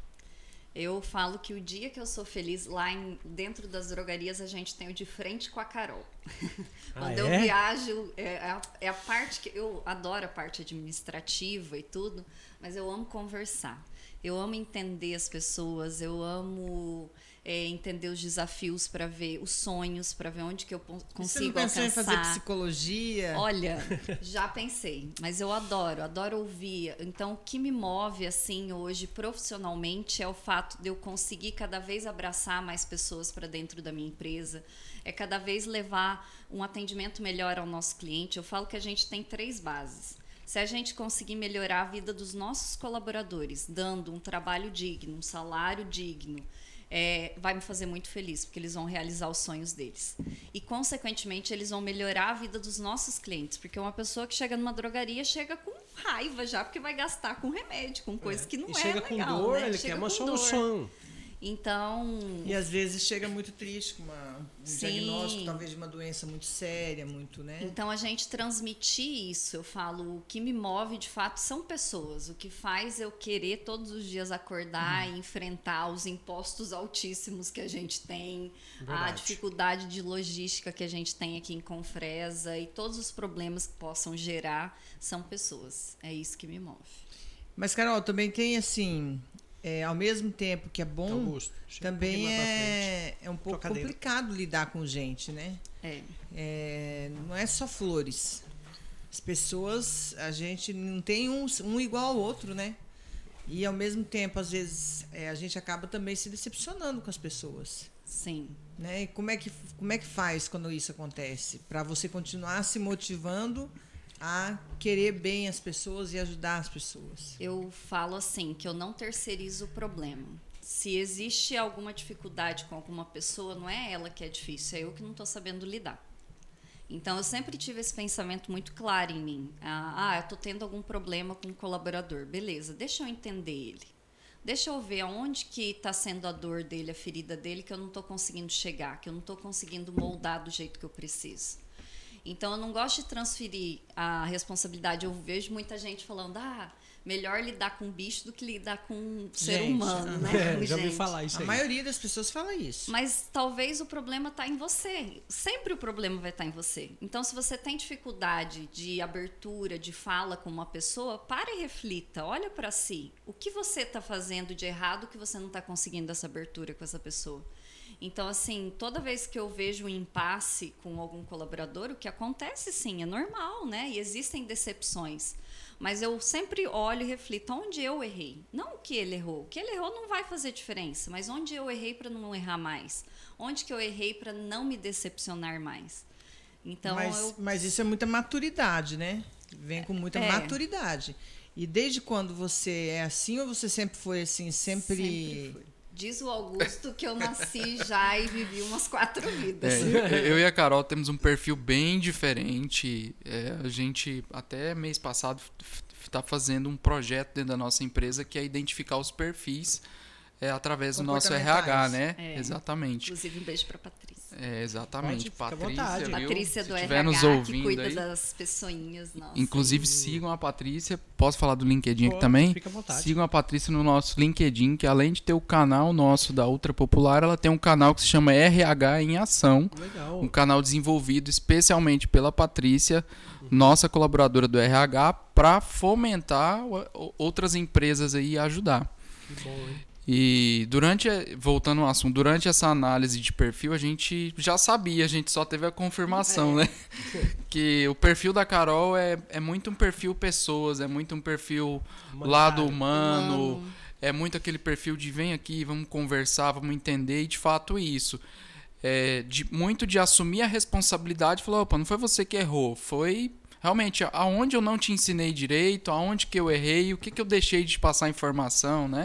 [SPEAKER 3] Eu falo que o dia que eu sou feliz, dentro das drogarias, a gente tem o de frente com a Carol. Quando eu viajo, é a parte que eu adoro, a parte administrativa e tudo, mas eu amo conversar. Eu amo entender as pessoas, eu amo entender os desafios para ver os sonhos, para ver onde que eu consigo alcançar. Você não
[SPEAKER 4] pensou em fazer psicologia?
[SPEAKER 3] Olha, já pensei, mas eu adoro ouvir. Então, o que me move assim hoje profissionalmente é o fato de eu conseguir cada vez abraçar mais pessoas para dentro da minha empresa, é cada vez levar um atendimento melhor ao nosso cliente. Eu falo que a gente tem 3 bases. Se a gente conseguir melhorar a vida dos nossos colaboradores, dando um trabalho digno, um salário digno, vai me fazer muito feliz, porque eles vão realizar os sonhos deles. E, consequentemente, eles vão melhorar a vida dos nossos clientes, porque uma pessoa que chega numa drogaria chega com raiva já, porque vai gastar com remédio, com coisa que não é legal.
[SPEAKER 1] Chega com dor,
[SPEAKER 3] né?
[SPEAKER 1] Ele quer uma solução.
[SPEAKER 3] Então...
[SPEAKER 4] E às vezes chega muito triste com um diagnóstico, talvez de uma doença muito séria, muito, né?
[SPEAKER 3] Então a gente transmitir isso, eu falo, o que me move de fato são pessoas. O que faz eu querer todos os dias acordar e enfrentar os impostos altíssimos que a gente tem, a dificuldade de logística que a gente tem aqui em Confresa e todos os problemas que possam gerar são pessoas. É isso que me move.
[SPEAKER 4] Mas, Carol, também tem assim... ao mesmo tempo que é bom,
[SPEAKER 1] Augusto,
[SPEAKER 4] também é um pouco complicado lidar com gente, né? Não é só flores. As pessoas, a gente não tem um igual ao outro, né? E ao mesmo tempo, às vezes, a gente acaba também se decepcionando com as pessoas.
[SPEAKER 3] Sim.
[SPEAKER 4] Né? E como é que faz quando isso acontece? Para você continuar se motivando a querer bem as pessoas e ajudar as pessoas.
[SPEAKER 3] Eu falo assim, que eu não terceirizo o problema. Se existe alguma dificuldade com alguma pessoa, não é ela que é difícil, é eu que não estou sabendo lidar. Então, eu sempre tive esse pensamento muito claro em mim. Eu estou tendo algum problema com um colaborador. Beleza, deixa eu entender ele. Deixa eu ver aonde que está sendo a dor dele, a ferida dele, que eu não estou conseguindo chegar, que eu não estou conseguindo moldar do jeito que eu preciso. Então, eu não gosto de transferir a responsabilidade. Eu vejo muita gente falando, melhor lidar com bicho do que lidar com um ser humano, né?
[SPEAKER 1] Já ouvi falar isso aí.
[SPEAKER 4] A maioria das pessoas fala isso.
[SPEAKER 3] Mas talvez o problema está em você. Sempre o problema vai estar em você. Então, se você tem dificuldade de abertura, de fala com uma pessoa, pare e reflita. Olha para si. O que você está fazendo de errado que você não está conseguindo essa abertura com essa pessoa? Então, assim, toda vez que eu vejo um impasse com algum colaborador, o que acontece, sim, é normal, né? E existem decepções. Mas eu sempre olho e reflito onde eu errei. Não o que ele errou. O que ele errou não vai fazer diferença, mas onde eu errei para não errar mais. Onde que eu errei para não me decepcionar mais. Então,
[SPEAKER 4] mas isso é muita maturidade, né? Vem com muita maturidade. E desde quando você é assim ou você sempre foi assim? Sempre
[SPEAKER 3] fui. Diz o Augusto que eu nasci já e vivi umas 4 vidas.
[SPEAKER 2] Eu e a Carol temos um perfil bem diferente. A gente, até mês passado, está fazendo um projeto dentro da nossa empresa que é identificar os perfis é através do nosso RH, né?
[SPEAKER 3] É.
[SPEAKER 2] Exatamente.
[SPEAKER 3] Inclusive, um beijo pra Patrícia.
[SPEAKER 2] Exatamente.
[SPEAKER 1] Pode, fica à
[SPEAKER 2] Patrícia,
[SPEAKER 1] vontade.
[SPEAKER 2] viu?
[SPEAKER 3] Patrícia
[SPEAKER 2] Se
[SPEAKER 3] do
[SPEAKER 2] estiver
[SPEAKER 3] RH,
[SPEAKER 2] nos
[SPEAKER 3] que
[SPEAKER 2] ouvindo
[SPEAKER 3] cuida
[SPEAKER 2] aí,
[SPEAKER 3] das pessoinhas. Nossa.
[SPEAKER 2] inclusive sigam a Patrícia. Posso falar do LinkedIn aqui
[SPEAKER 1] Pode,
[SPEAKER 2] também?
[SPEAKER 1] fica à vontade.
[SPEAKER 2] Sigam a Patrícia no nosso LinkedIn, que além de ter o canal nosso da Ultra Popular, ela tem um canal que se chama RH em Ação.
[SPEAKER 1] Legal.
[SPEAKER 2] Um canal desenvolvido especialmente pela Patrícia, nossa colaboradora do RH, para fomentar outras empresas aí e ajudar.
[SPEAKER 1] Que bom, hein?
[SPEAKER 2] E voltando ao assunto, durante essa análise de perfil, a gente já sabia, a gente só teve a confirmação, né? Que o perfil da Carol é muito um perfil pessoas, é muito um perfil lado humano, é muito aquele perfil de vem aqui, vamos conversar, vamos entender, e de fato isso. Muito de assumir a responsabilidade e falar, opa, não foi você que errou, foi realmente aonde eu não te ensinei direito, aonde que eu errei, o que eu deixei de passar informação, né?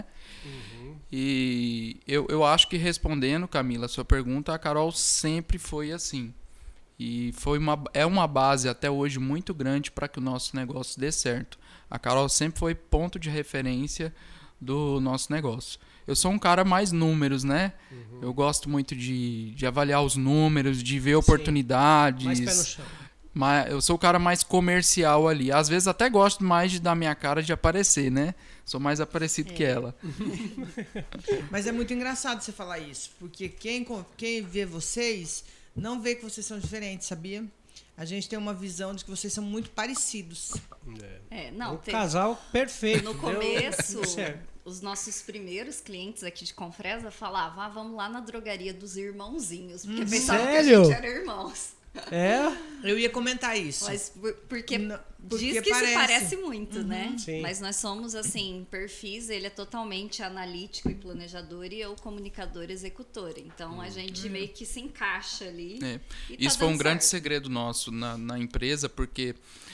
[SPEAKER 2] E eu acho que respondendo, Camila, a sua pergunta, a Carol sempre foi assim. E é uma base até hoje muito grande para que o nosso negócio dê certo. A Carol sempre foi ponto de referência do nosso negócio. Eu sou um cara mais números, né? Eu gosto muito de avaliar os números, de ver oportunidades.
[SPEAKER 1] Mais pé no chão.
[SPEAKER 2] Eu sou o cara mais comercial ali. Às vezes até gosto mais de dar minha cara de aparecer, né? Sou mais aparecido que ela.
[SPEAKER 4] Mas é muito engraçado você falar isso, porque quem vê vocês não vê que vocês são diferentes, sabia? A gente tem uma visão de que vocês são muito parecidos.
[SPEAKER 1] Um casal perfeito.
[SPEAKER 3] No
[SPEAKER 1] deu
[SPEAKER 3] começo,
[SPEAKER 1] certo.
[SPEAKER 3] os nossos primeiros clientes aqui de Confresa falavam, vamos lá na drogaria dos irmãozinhos, porque pensavam
[SPEAKER 1] sério?
[SPEAKER 3] que a gente era irmãos.
[SPEAKER 4] Eu ia comentar isso.
[SPEAKER 3] Mas porque
[SPEAKER 4] porque
[SPEAKER 3] diz que
[SPEAKER 4] parece.
[SPEAKER 3] se parece muito, né?
[SPEAKER 1] Sim.
[SPEAKER 3] Mas nós somos, assim, perfis, ele é totalmente analítico e planejador e eu comunicador executor. Então, a gente meio que se encaixa ali. E
[SPEAKER 2] Isso
[SPEAKER 3] tá
[SPEAKER 2] foi um
[SPEAKER 3] dando
[SPEAKER 2] grande
[SPEAKER 3] certo.
[SPEAKER 2] segredo nosso na empresa, porque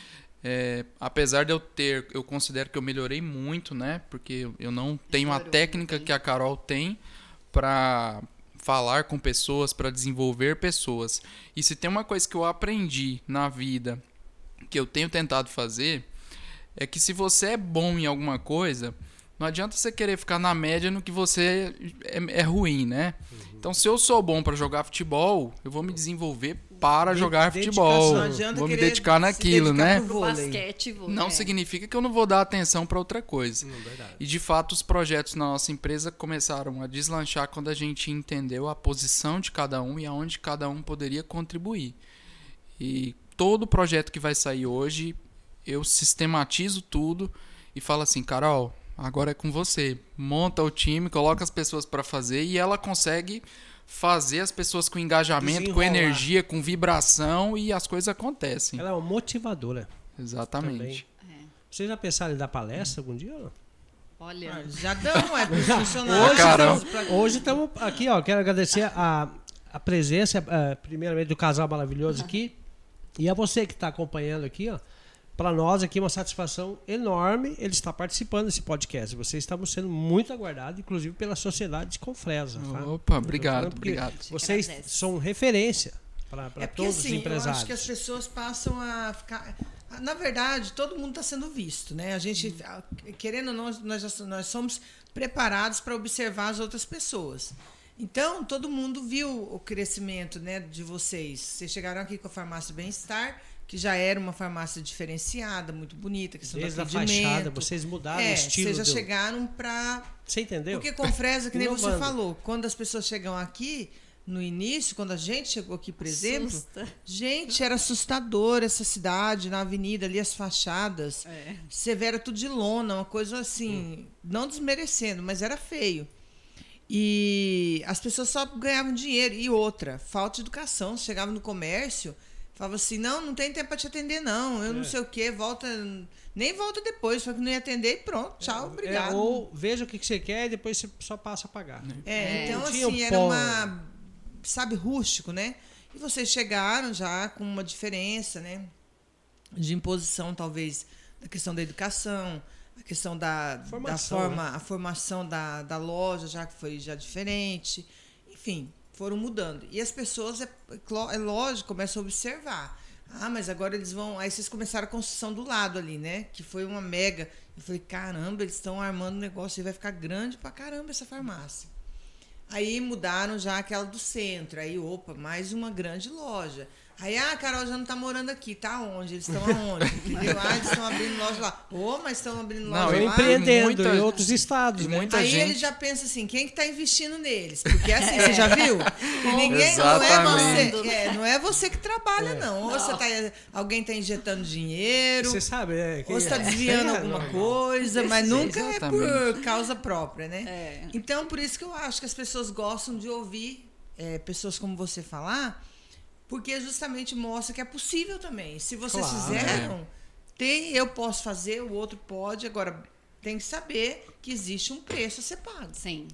[SPEAKER 2] apesar de eu considero que eu melhorei muito, né? Porque eu não tenho a
[SPEAKER 3] Melhorou
[SPEAKER 2] técnica
[SPEAKER 3] muito,
[SPEAKER 2] que a Carol tem para falar com pessoas, para desenvolver pessoas. E se tem uma coisa que eu aprendi na vida, que eu tenho tentado fazer, é que se você é bom em alguma coisa, não adianta você querer ficar na média no que você é ruim, né? Então, se eu sou bom para jogar futebol, eu vou me desenvolver para jogar futebol.
[SPEAKER 4] Não adianta
[SPEAKER 2] Vou me
[SPEAKER 4] querer
[SPEAKER 2] dedicar
[SPEAKER 4] se
[SPEAKER 2] naquilo,
[SPEAKER 4] dedicar
[SPEAKER 2] né?
[SPEAKER 4] pro
[SPEAKER 3] Pro
[SPEAKER 4] vôlei.
[SPEAKER 3] basquete,
[SPEAKER 2] Não significa que eu não vou dar atenção para outra coisa.
[SPEAKER 1] Verdade.
[SPEAKER 2] E de fato os projetos na nossa empresa começaram a deslanchar quando a gente entendeu a posição de cada um e aonde cada um poderia contribuir. E todo projeto que vai sair hoje, eu sistematizo tudo e falo assim, Carol, agora é com você. Monta o time, coloca as pessoas para fazer e ela consegue fazer as pessoas com engajamento, com
[SPEAKER 1] Desenrolar.
[SPEAKER 2] energia, com vibração e as coisas acontecem.
[SPEAKER 1] Ela é uma motivadora.
[SPEAKER 2] Exatamente.
[SPEAKER 1] Também. Vocês já pensaram em dar palestra algum dia? Ou não?
[SPEAKER 3] Olha,
[SPEAKER 4] Já dão, é pros funcionários.
[SPEAKER 2] Caramba.
[SPEAKER 1] Hoje estamos aqui, ó. Quero agradecer a presença, primeiramente, do casal maravilhoso aqui. E a você que está acompanhando aqui, ó. Para nós aqui é uma satisfação enorme ele estar participando desse podcast. Vocês estão sendo muito aguardados, inclusive pela sociedade de Confresa. Tá?
[SPEAKER 2] Opa, obrigado,
[SPEAKER 1] Porque
[SPEAKER 2] obrigado.
[SPEAKER 1] Vocês
[SPEAKER 3] Agradece.
[SPEAKER 1] são referência para
[SPEAKER 4] Porque
[SPEAKER 1] todos os
[SPEAKER 4] assim, eu
[SPEAKER 1] empresários.
[SPEAKER 4] acho que as pessoas passam a ficar... Na verdade, todo mundo está sendo visto, né? A gente, querendo ou não, nós somos preparados para observar as outras pessoas. Então, todo mundo viu o crescimento, né, de vocês. Vocês chegaram aqui com a Farmácia Bem-Estar, que já era uma farmácia diferenciada, muito bonita, questão
[SPEAKER 1] Desde
[SPEAKER 4] do
[SPEAKER 1] a
[SPEAKER 4] atendimento.
[SPEAKER 1] fachada, vocês mudaram o estilo.
[SPEAKER 4] Vocês já chegaram para...
[SPEAKER 1] Você entendeu?
[SPEAKER 4] Porque Confresa, que nem você
[SPEAKER 1] Inovando.
[SPEAKER 4] falou, quando as pessoas chegam aqui, no início, quando a gente chegou aqui, por exemplo,
[SPEAKER 3] assusta.
[SPEAKER 4] gente, era assustador essa cidade, na avenida ali, as fachadas. Você vê, era tudo de lona, uma coisa assim, não desmerecendo, mas era feio. E as pessoas só ganhavam dinheiro. E outra, falta de educação. Você chegava no comércio, falava assim, não tem tempo para te atender, não. Eu não sei o quê, volta... Nem volta depois, só que não ia atender e pronto, tchau, obrigado.
[SPEAKER 1] Ou veja o que você quer e depois você só passa a pagar.
[SPEAKER 4] Então,
[SPEAKER 1] Não tinha
[SPEAKER 4] assim,
[SPEAKER 1] um
[SPEAKER 4] era
[SPEAKER 1] pó.
[SPEAKER 4] uma... Sabe, rústico, né? E vocês chegaram já com uma diferença, né? De imposição, talvez, da questão da educação, a questão da
[SPEAKER 1] Formação,
[SPEAKER 4] forma, a formação da loja, já que foi já diferente. Enfim, foram mudando. E as pessoas, é lógico, começam a observar. Ah, mas agora eles vão... Aí vocês começaram a construção do lado ali, né? Que foi uma mega... Eu falei, caramba, eles estão armando um negócio e vai ficar grande pra caramba essa farmácia. Aí mudaram já aquela do centro. Aí, opa, mais uma grande loja. Aí, a Carol já não tá morando aqui. Tá onde? Eles estão aonde? Entendeu? Eles estão abrindo loja lá. Mas estão abrindo loja lá.
[SPEAKER 1] Empreendendo em outros estados, né?
[SPEAKER 4] Aí ele já pensa assim, quem que tá investindo neles? Porque assim, você já viu? E ninguém, não é você que trabalha, não. Ou alguém tá injetando dinheiro.
[SPEAKER 1] Você sabe,
[SPEAKER 4] ou você tá desviando alguma coisa, mas nunca é por causa própria, né? Então, por isso que eu acho que as pessoas gostam de ouvir pessoas como você falar, porque justamente mostra que é possível também. Se vocês fizeram, eu posso fazer, o outro pode. Agora, tem que saber que existe um preço a ser pago.
[SPEAKER 3] Sim.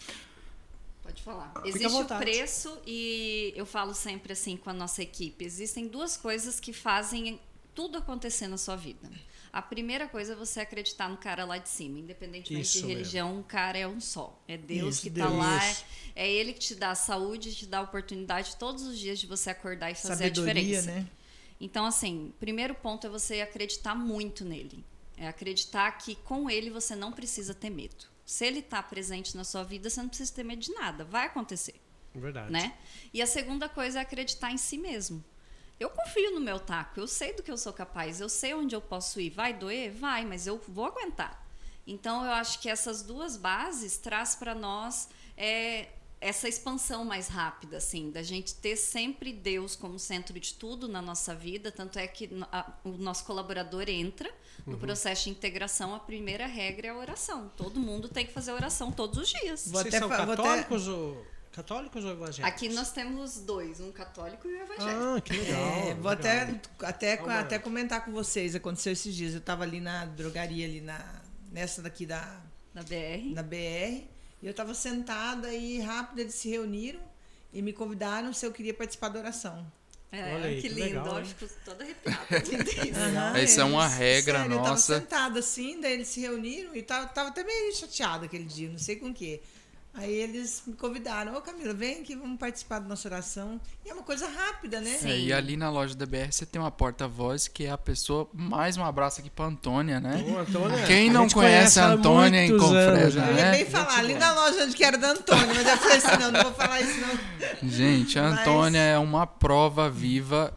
[SPEAKER 3] Pode falar.
[SPEAKER 1] Fica
[SPEAKER 3] Existe
[SPEAKER 1] à
[SPEAKER 3] o preço e eu falo sempre assim com a nossa equipe. Existem duas coisas que fazem tudo acontecer na sua vida. A primeira coisa é você acreditar no cara lá de cima. Independentemente de religião, o cara é um só. É Deus que está lá. É Ele que te dá a saúde, te dá a oportunidade todos os dias de você acordar e fazer a diferença. Né? Então, assim, primeiro ponto é você acreditar muito nele. É acreditar que com ele você não precisa ter medo. Se ele está presente na sua vida, você não precisa ter medo de nada. Vai acontecer.
[SPEAKER 1] Verdade.
[SPEAKER 3] Né? E a segunda coisa é acreditar em si mesmo. Eu confio no meu taco, eu sei do que eu sou capaz, eu sei onde eu posso ir. Vai doer? Vai, mas eu vou aguentar. Então, eu acho que essas duas bases traz para nós essa expansão mais rápida, assim, da gente ter sempre Deus como centro de tudo na nossa vida. Tanto é que o nosso colaborador entra no processo de integração, a primeira regra é a oração. Todo mundo tem que fazer oração todos os dias.
[SPEAKER 1] Vocês são católicos ou... Católicos ou evangélicos?
[SPEAKER 3] Aqui nós temos dois, um católico e um evangélico.
[SPEAKER 1] Ah, que legal.
[SPEAKER 4] Vou até comentar com vocês. Aconteceu esses dias. Eu estava ali na drogaria, ali nessa daqui da
[SPEAKER 3] BR.
[SPEAKER 4] Na BR. E eu estava sentada e rápido eles se reuniram e me convidaram se eu queria participar da oração.
[SPEAKER 3] Olha aí, que lindo. Legal, eu fico toda arrepiada.
[SPEAKER 2] Essa é uma regra
[SPEAKER 4] sério,
[SPEAKER 2] nossa.
[SPEAKER 4] Eu estava sentada assim, daí eles se reuniram e tava até meio chateada aquele dia, não sei com o quê. Aí eles me convidaram, ô Camila, vem aqui, vamos participar da nossa oração. E é uma coisa rápida, né?
[SPEAKER 2] E ali na loja da BR você tem uma porta-voz que é a pessoa, mais um abraço aqui pra Antônia, né?
[SPEAKER 1] Antônia,
[SPEAKER 2] quem não conhece a Antônia em Confresa, né?
[SPEAKER 4] Eu ia bem falar, ali na loja onde que era da Antônia, mas eu falei assim, não vou falar isso não.
[SPEAKER 2] Gente, a Antônia é uma prova viva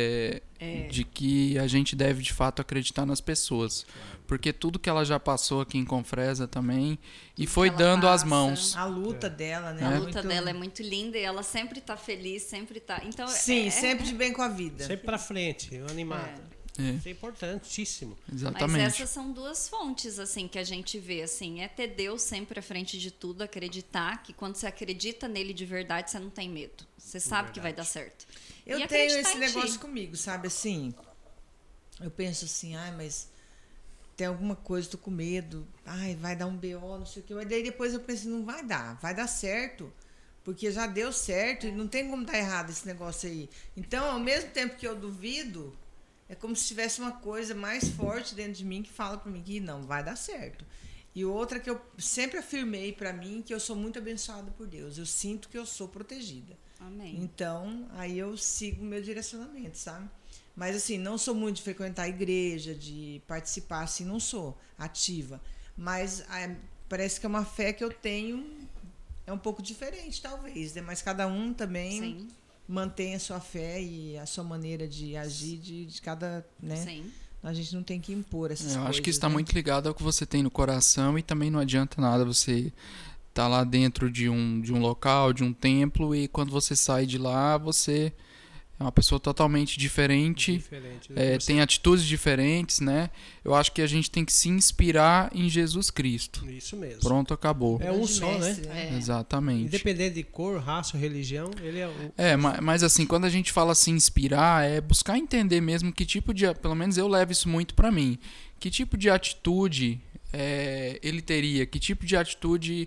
[SPEAKER 2] de que a gente deve de fato acreditar nas pessoas. Porque tudo que ela já passou aqui em Confresa também e foi dando as mãos.
[SPEAKER 4] A luta dela, né?
[SPEAKER 3] A luta dela é muito linda e ela sempre tá feliz, sempre tá... Então,
[SPEAKER 4] sim, sempre de bem com a vida.
[SPEAKER 1] Sempre pra frente, animada. Isso é importantíssimo.
[SPEAKER 2] Exatamente.
[SPEAKER 3] Mas essas são duas fontes, assim, que a gente vê, assim, é ter Deus sempre à frente de tudo, acreditar que quando você acredita nele de verdade, você não tem medo. Você sabe que vai dar certo.
[SPEAKER 4] Eu tenho esse negócio comigo, sabe, assim, eu penso assim, mas tem alguma coisa, tô com medo, vai dar um BO, não sei o quê, mas daí depois eu penso, não vai dar certo, porque já deu certo e não tem como dar errado esse negócio aí. Então, ao mesmo tempo que eu duvido, é como se tivesse uma coisa mais forte dentro de mim que fala para mim que não, vai dar certo. E outra que eu sempre afirmei para mim, que eu sou muito abençoada por Deus, eu sinto que eu sou protegida.
[SPEAKER 3] Amém.
[SPEAKER 4] Então, aí eu sigo o meu direcionamento, sabe? Mas, assim, não sou muito de frequentar a igreja, de participar, assim, não sou ativa. Mas parece que é uma fé que eu tenho, é um pouco diferente, talvez, né? Mas cada um também mantém a sua fé e a sua maneira de agir de cada, né?
[SPEAKER 3] Sim.
[SPEAKER 4] A gente não tem que impor essas coisas.
[SPEAKER 2] Eu acho que isso está muito ligado ao que você tem no coração e também não adianta nada você estar lá dentro de um local, de um templo, e quando você sai de lá, você... é uma pessoa totalmente diferente tem atitudes diferentes, né? Eu acho que a gente tem que se inspirar em Jesus Cristo.
[SPEAKER 1] Isso mesmo.
[SPEAKER 2] Pronto, acabou.
[SPEAKER 1] É um só, né?
[SPEAKER 2] Exatamente.
[SPEAKER 1] Independente de cor, raça ou religião, ele é um...
[SPEAKER 2] mas assim, quando a gente fala se inspirar, é buscar entender mesmo que tipo de... Pelo menos eu levo isso muito pra mim. Que tipo de atitude ele teria? Que tipo de atitude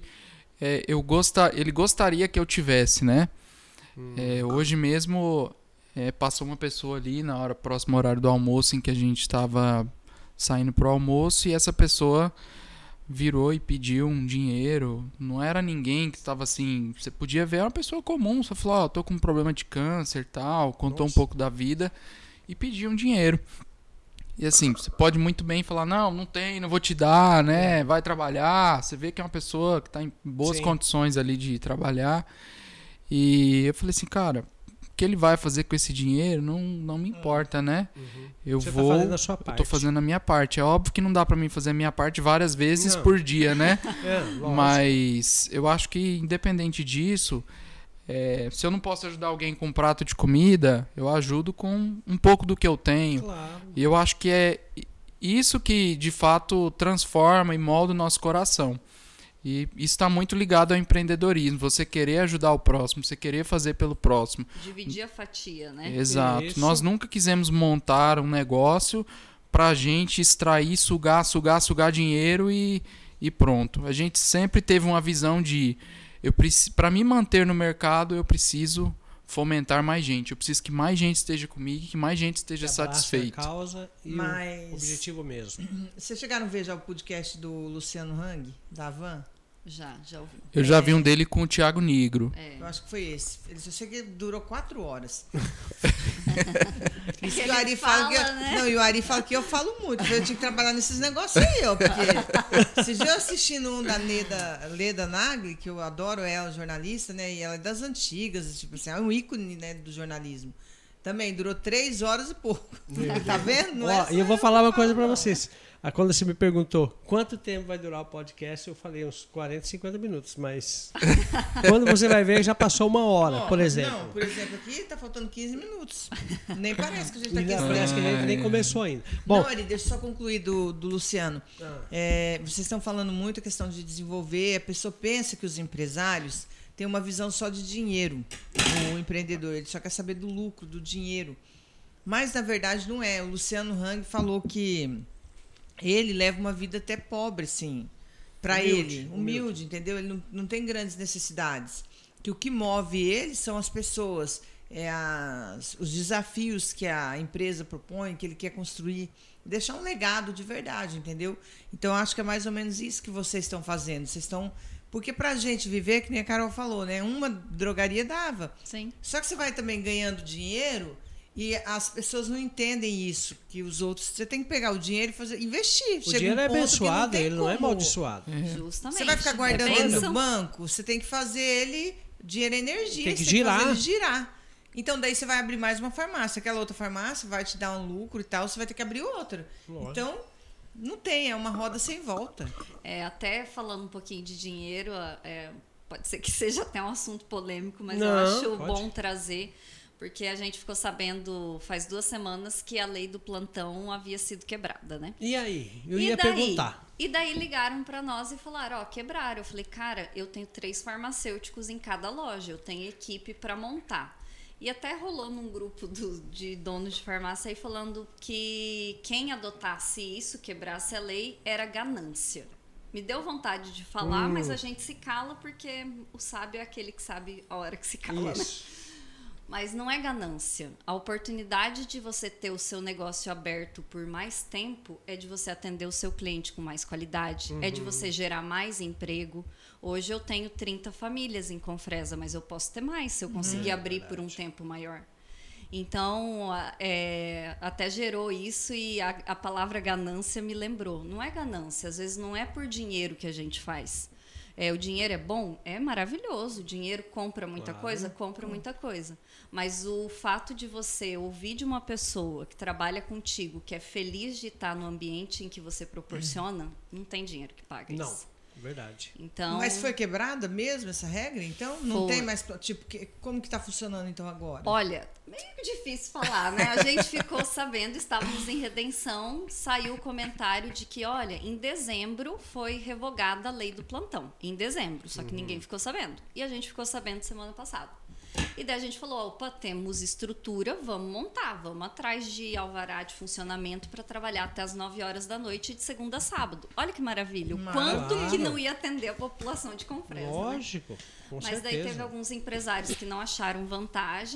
[SPEAKER 2] ele gostaria que eu tivesse, né? Hoje mesmo... passou uma pessoa ali na próximo horário do almoço, em que a gente estava saindo pro almoço, e essa pessoa virou e pediu um dinheiro. Não era ninguém que estava assim, você podia ver, era uma pessoa comum, só falou, tô com um problema de câncer, tal, contou um pouco da vida, e pedir um dinheiro. E assim, você pode muito bem falar, não tem, não vou te dar, né? Vai trabalhar. Você vê que é uma pessoa que está em boas condições ali de trabalhar. E eu falei assim, cara, o que ele vai fazer com esse dinheiro não me importa, né?
[SPEAKER 1] Você tá fazendo a sua parte.
[SPEAKER 2] Eu tô fazendo a minha parte. É óbvio que não dá para mim fazer a minha parte várias vezes por dia, né? Mas eu acho que independente disso, se eu não posso ajudar alguém com um prato de comida, eu ajudo com um pouco do que eu tenho.
[SPEAKER 1] Claro.
[SPEAKER 2] E eu acho que é isso que de fato transforma e molda o nosso coração. E isso está muito ligado ao empreendedorismo. Você querer ajudar o próximo, você querer fazer pelo próximo.
[SPEAKER 3] Dividir a fatia, né?
[SPEAKER 2] Exato.
[SPEAKER 1] Isso.
[SPEAKER 2] Nós nunca quisemos montar um negócio para a gente extrair, sugar dinheiro e pronto. A gente sempre teve uma visão de para me manter no mercado, eu preciso fomentar mais gente. Eu preciso que mais gente esteja comigo, que mais gente esteja satisfeita.
[SPEAKER 1] A causa e o objetivo mesmo.
[SPEAKER 4] Vocês chegaram a ver já o podcast do Luciano Hang, da Van?
[SPEAKER 3] Já ouvi.
[SPEAKER 2] Eu já vi um dele com o Thiago Nigro.
[SPEAKER 4] Eu acho que foi esse. Ele só cheguei, durou 4 horas. Isso que o Ari fala que
[SPEAKER 3] né?
[SPEAKER 4] Não, e o Ari fala que eu falo muito. Eu tinha que trabalhar nesses negócios aí, porque esses dias eu assistindo um da Leda Nagli, que eu adoro ela, jornalista, né? E ela é das antigas, tipo assim, é um ícone, né, do jornalismo. Também durou 3 horas e pouco. Tá vendo? Não
[SPEAKER 1] E eu vou falar uma coisa para vocês. Quando você me perguntou quanto tempo vai durar o podcast, eu falei uns 40, 50 minutos, mas quando você vai ver, já passou 1 hora, por exemplo.
[SPEAKER 4] Não, por exemplo, aqui tá faltando 15 minutos. Nem parece que a gente tá aqui.
[SPEAKER 1] Parece que a gente nem começou ainda. Bom,
[SPEAKER 4] não, Ari, deixa eu só concluir do Luciano. Vocês estão falando muito a questão de desenvolver. A pessoa pensa que os empresários têm uma visão só de dinheiro. O empreendedor, ele só quer saber do lucro, do dinheiro. Mas, na verdade, não é. O Luciano Hang falou que ele leva uma vida até pobre, assim, para ele. Humilde, entendeu? Ele não tem grandes necessidades. Que o que move ele são as pessoas, os desafios que a empresa propõe, que ele quer construir, deixar um legado de verdade, entendeu? Então, acho que é mais ou menos isso que vocês estão fazendo. Vocês estão... Porque pra gente viver, que nem a Carol falou, né? Uma drogaria dava.
[SPEAKER 3] Sim.
[SPEAKER 4] Só que você vai também ganhando dinheiro... E as pessoas não entendem isso, que os outros... Você tem que pegar o dinheiro e investir.
[SPEAKER 1] O dinheiro é abençoado, ele não é amaldiçoado.
[SPEAKER 3] Justamente.
[SPEAKER 4] Você vai ficar guardando ele no banco, você tem que fazer ele... Dinheiro é energia.
[SPEAKER 1] Tem que
[SPEAKER 4] você
[SPEAKER 1] girar.
[SPEAKER 4] Tem que fazer ele girar. Então, daí você vai abrir mais uma farmácia. Aquela outra farmácia vai te dar um lucro e tal, você vai ter que abrir outra. Lógico. Então, não tem, é uma roda sem volta.
[SPEAKER 3] Até falando um pouquinho de dinheiro, pode ser que seja até um assunto polêmico, mas
[SPEAKER 1] não,
[SPEAKER 3] eu acho bom trazer... Porque a gente ficou sabendo faz 2 semanas que a lei do plantão havia sido quebrada, né?
[SPEAKER 1] E aí? Eu ia perguntar.
[SPEAKER 3] E daí ligaram para nós e falaram, quebraram. Eu falei, cara, eu tenho 3 farmacêuticos em cada loja, eu tenho equipe para montar. E até rolou num grupo de donos de farmácia aí falando que quem adotasse isso, quebrasse a lei, era ganância. Me deu vontade de falar, mas a gente se cala porque o sábio é aquele que sabe a hora que se cala,
[SPEAKER 1] isso.
[SPEAKER 3] Né? Mas não é ganância. A oportunidade de você ter o seu negócio aberto por mais tempo é de você atender o seu cliente com mais qualidade, é de você gerar mais emprego. Hoje eu tenho 30 famílias em Confresa, mas eu posso ter mais se eu conseguir abrir por um tempo maior. Então, até gerou isso e a palavra ganância me lembrou. Não é ganância, às vezes não é por dinheiro que a gente faz. O dinheiro é bom? É maravilhoso. O dinheiro compra muita coisa? Compra muita coisa. Mas o fato de você ouvir de uma pessoa que trabalha contigo, que é feliz de estar no ambiente em que você proporciona, não tem dinheiro que paga isso.
[SPEAKER 1] Não. Verdade.
[SPEAKER 3] Então,
[SPEAKER 4] mas foi quebrada mesmo essa regra? Então, não tem mais... Tipo, como que está funcionando então agora?
[SPEAKER 3] Olha, meio difícil falar, né? A gente ficou sabendo, estávamos em Redenção, saiu o comentário de que, olha, em dezembro foi revogada a lei do plantão. Em dezembro, só que ninguém ficou sabendo. E a gente ficou sabendo semana passada. E daí a gente falou, opa, temos estrutura, vamos montar, vamos atrás de alvará de funcionamento para trabalhar até as 9 horas da noite de segunda a sábado. Olha que maravilha, o quanto que não ia atender a população de Confresa.
[SPEAKER 1] Lógico,
[SPEAKER 3] né?
[SPEAKER 1] com
[SPEAKER 3] Mas
[SPEAKER 1] certeza.
[SPEAKER 3] daí teve alguns empresários que não acharam vantagem,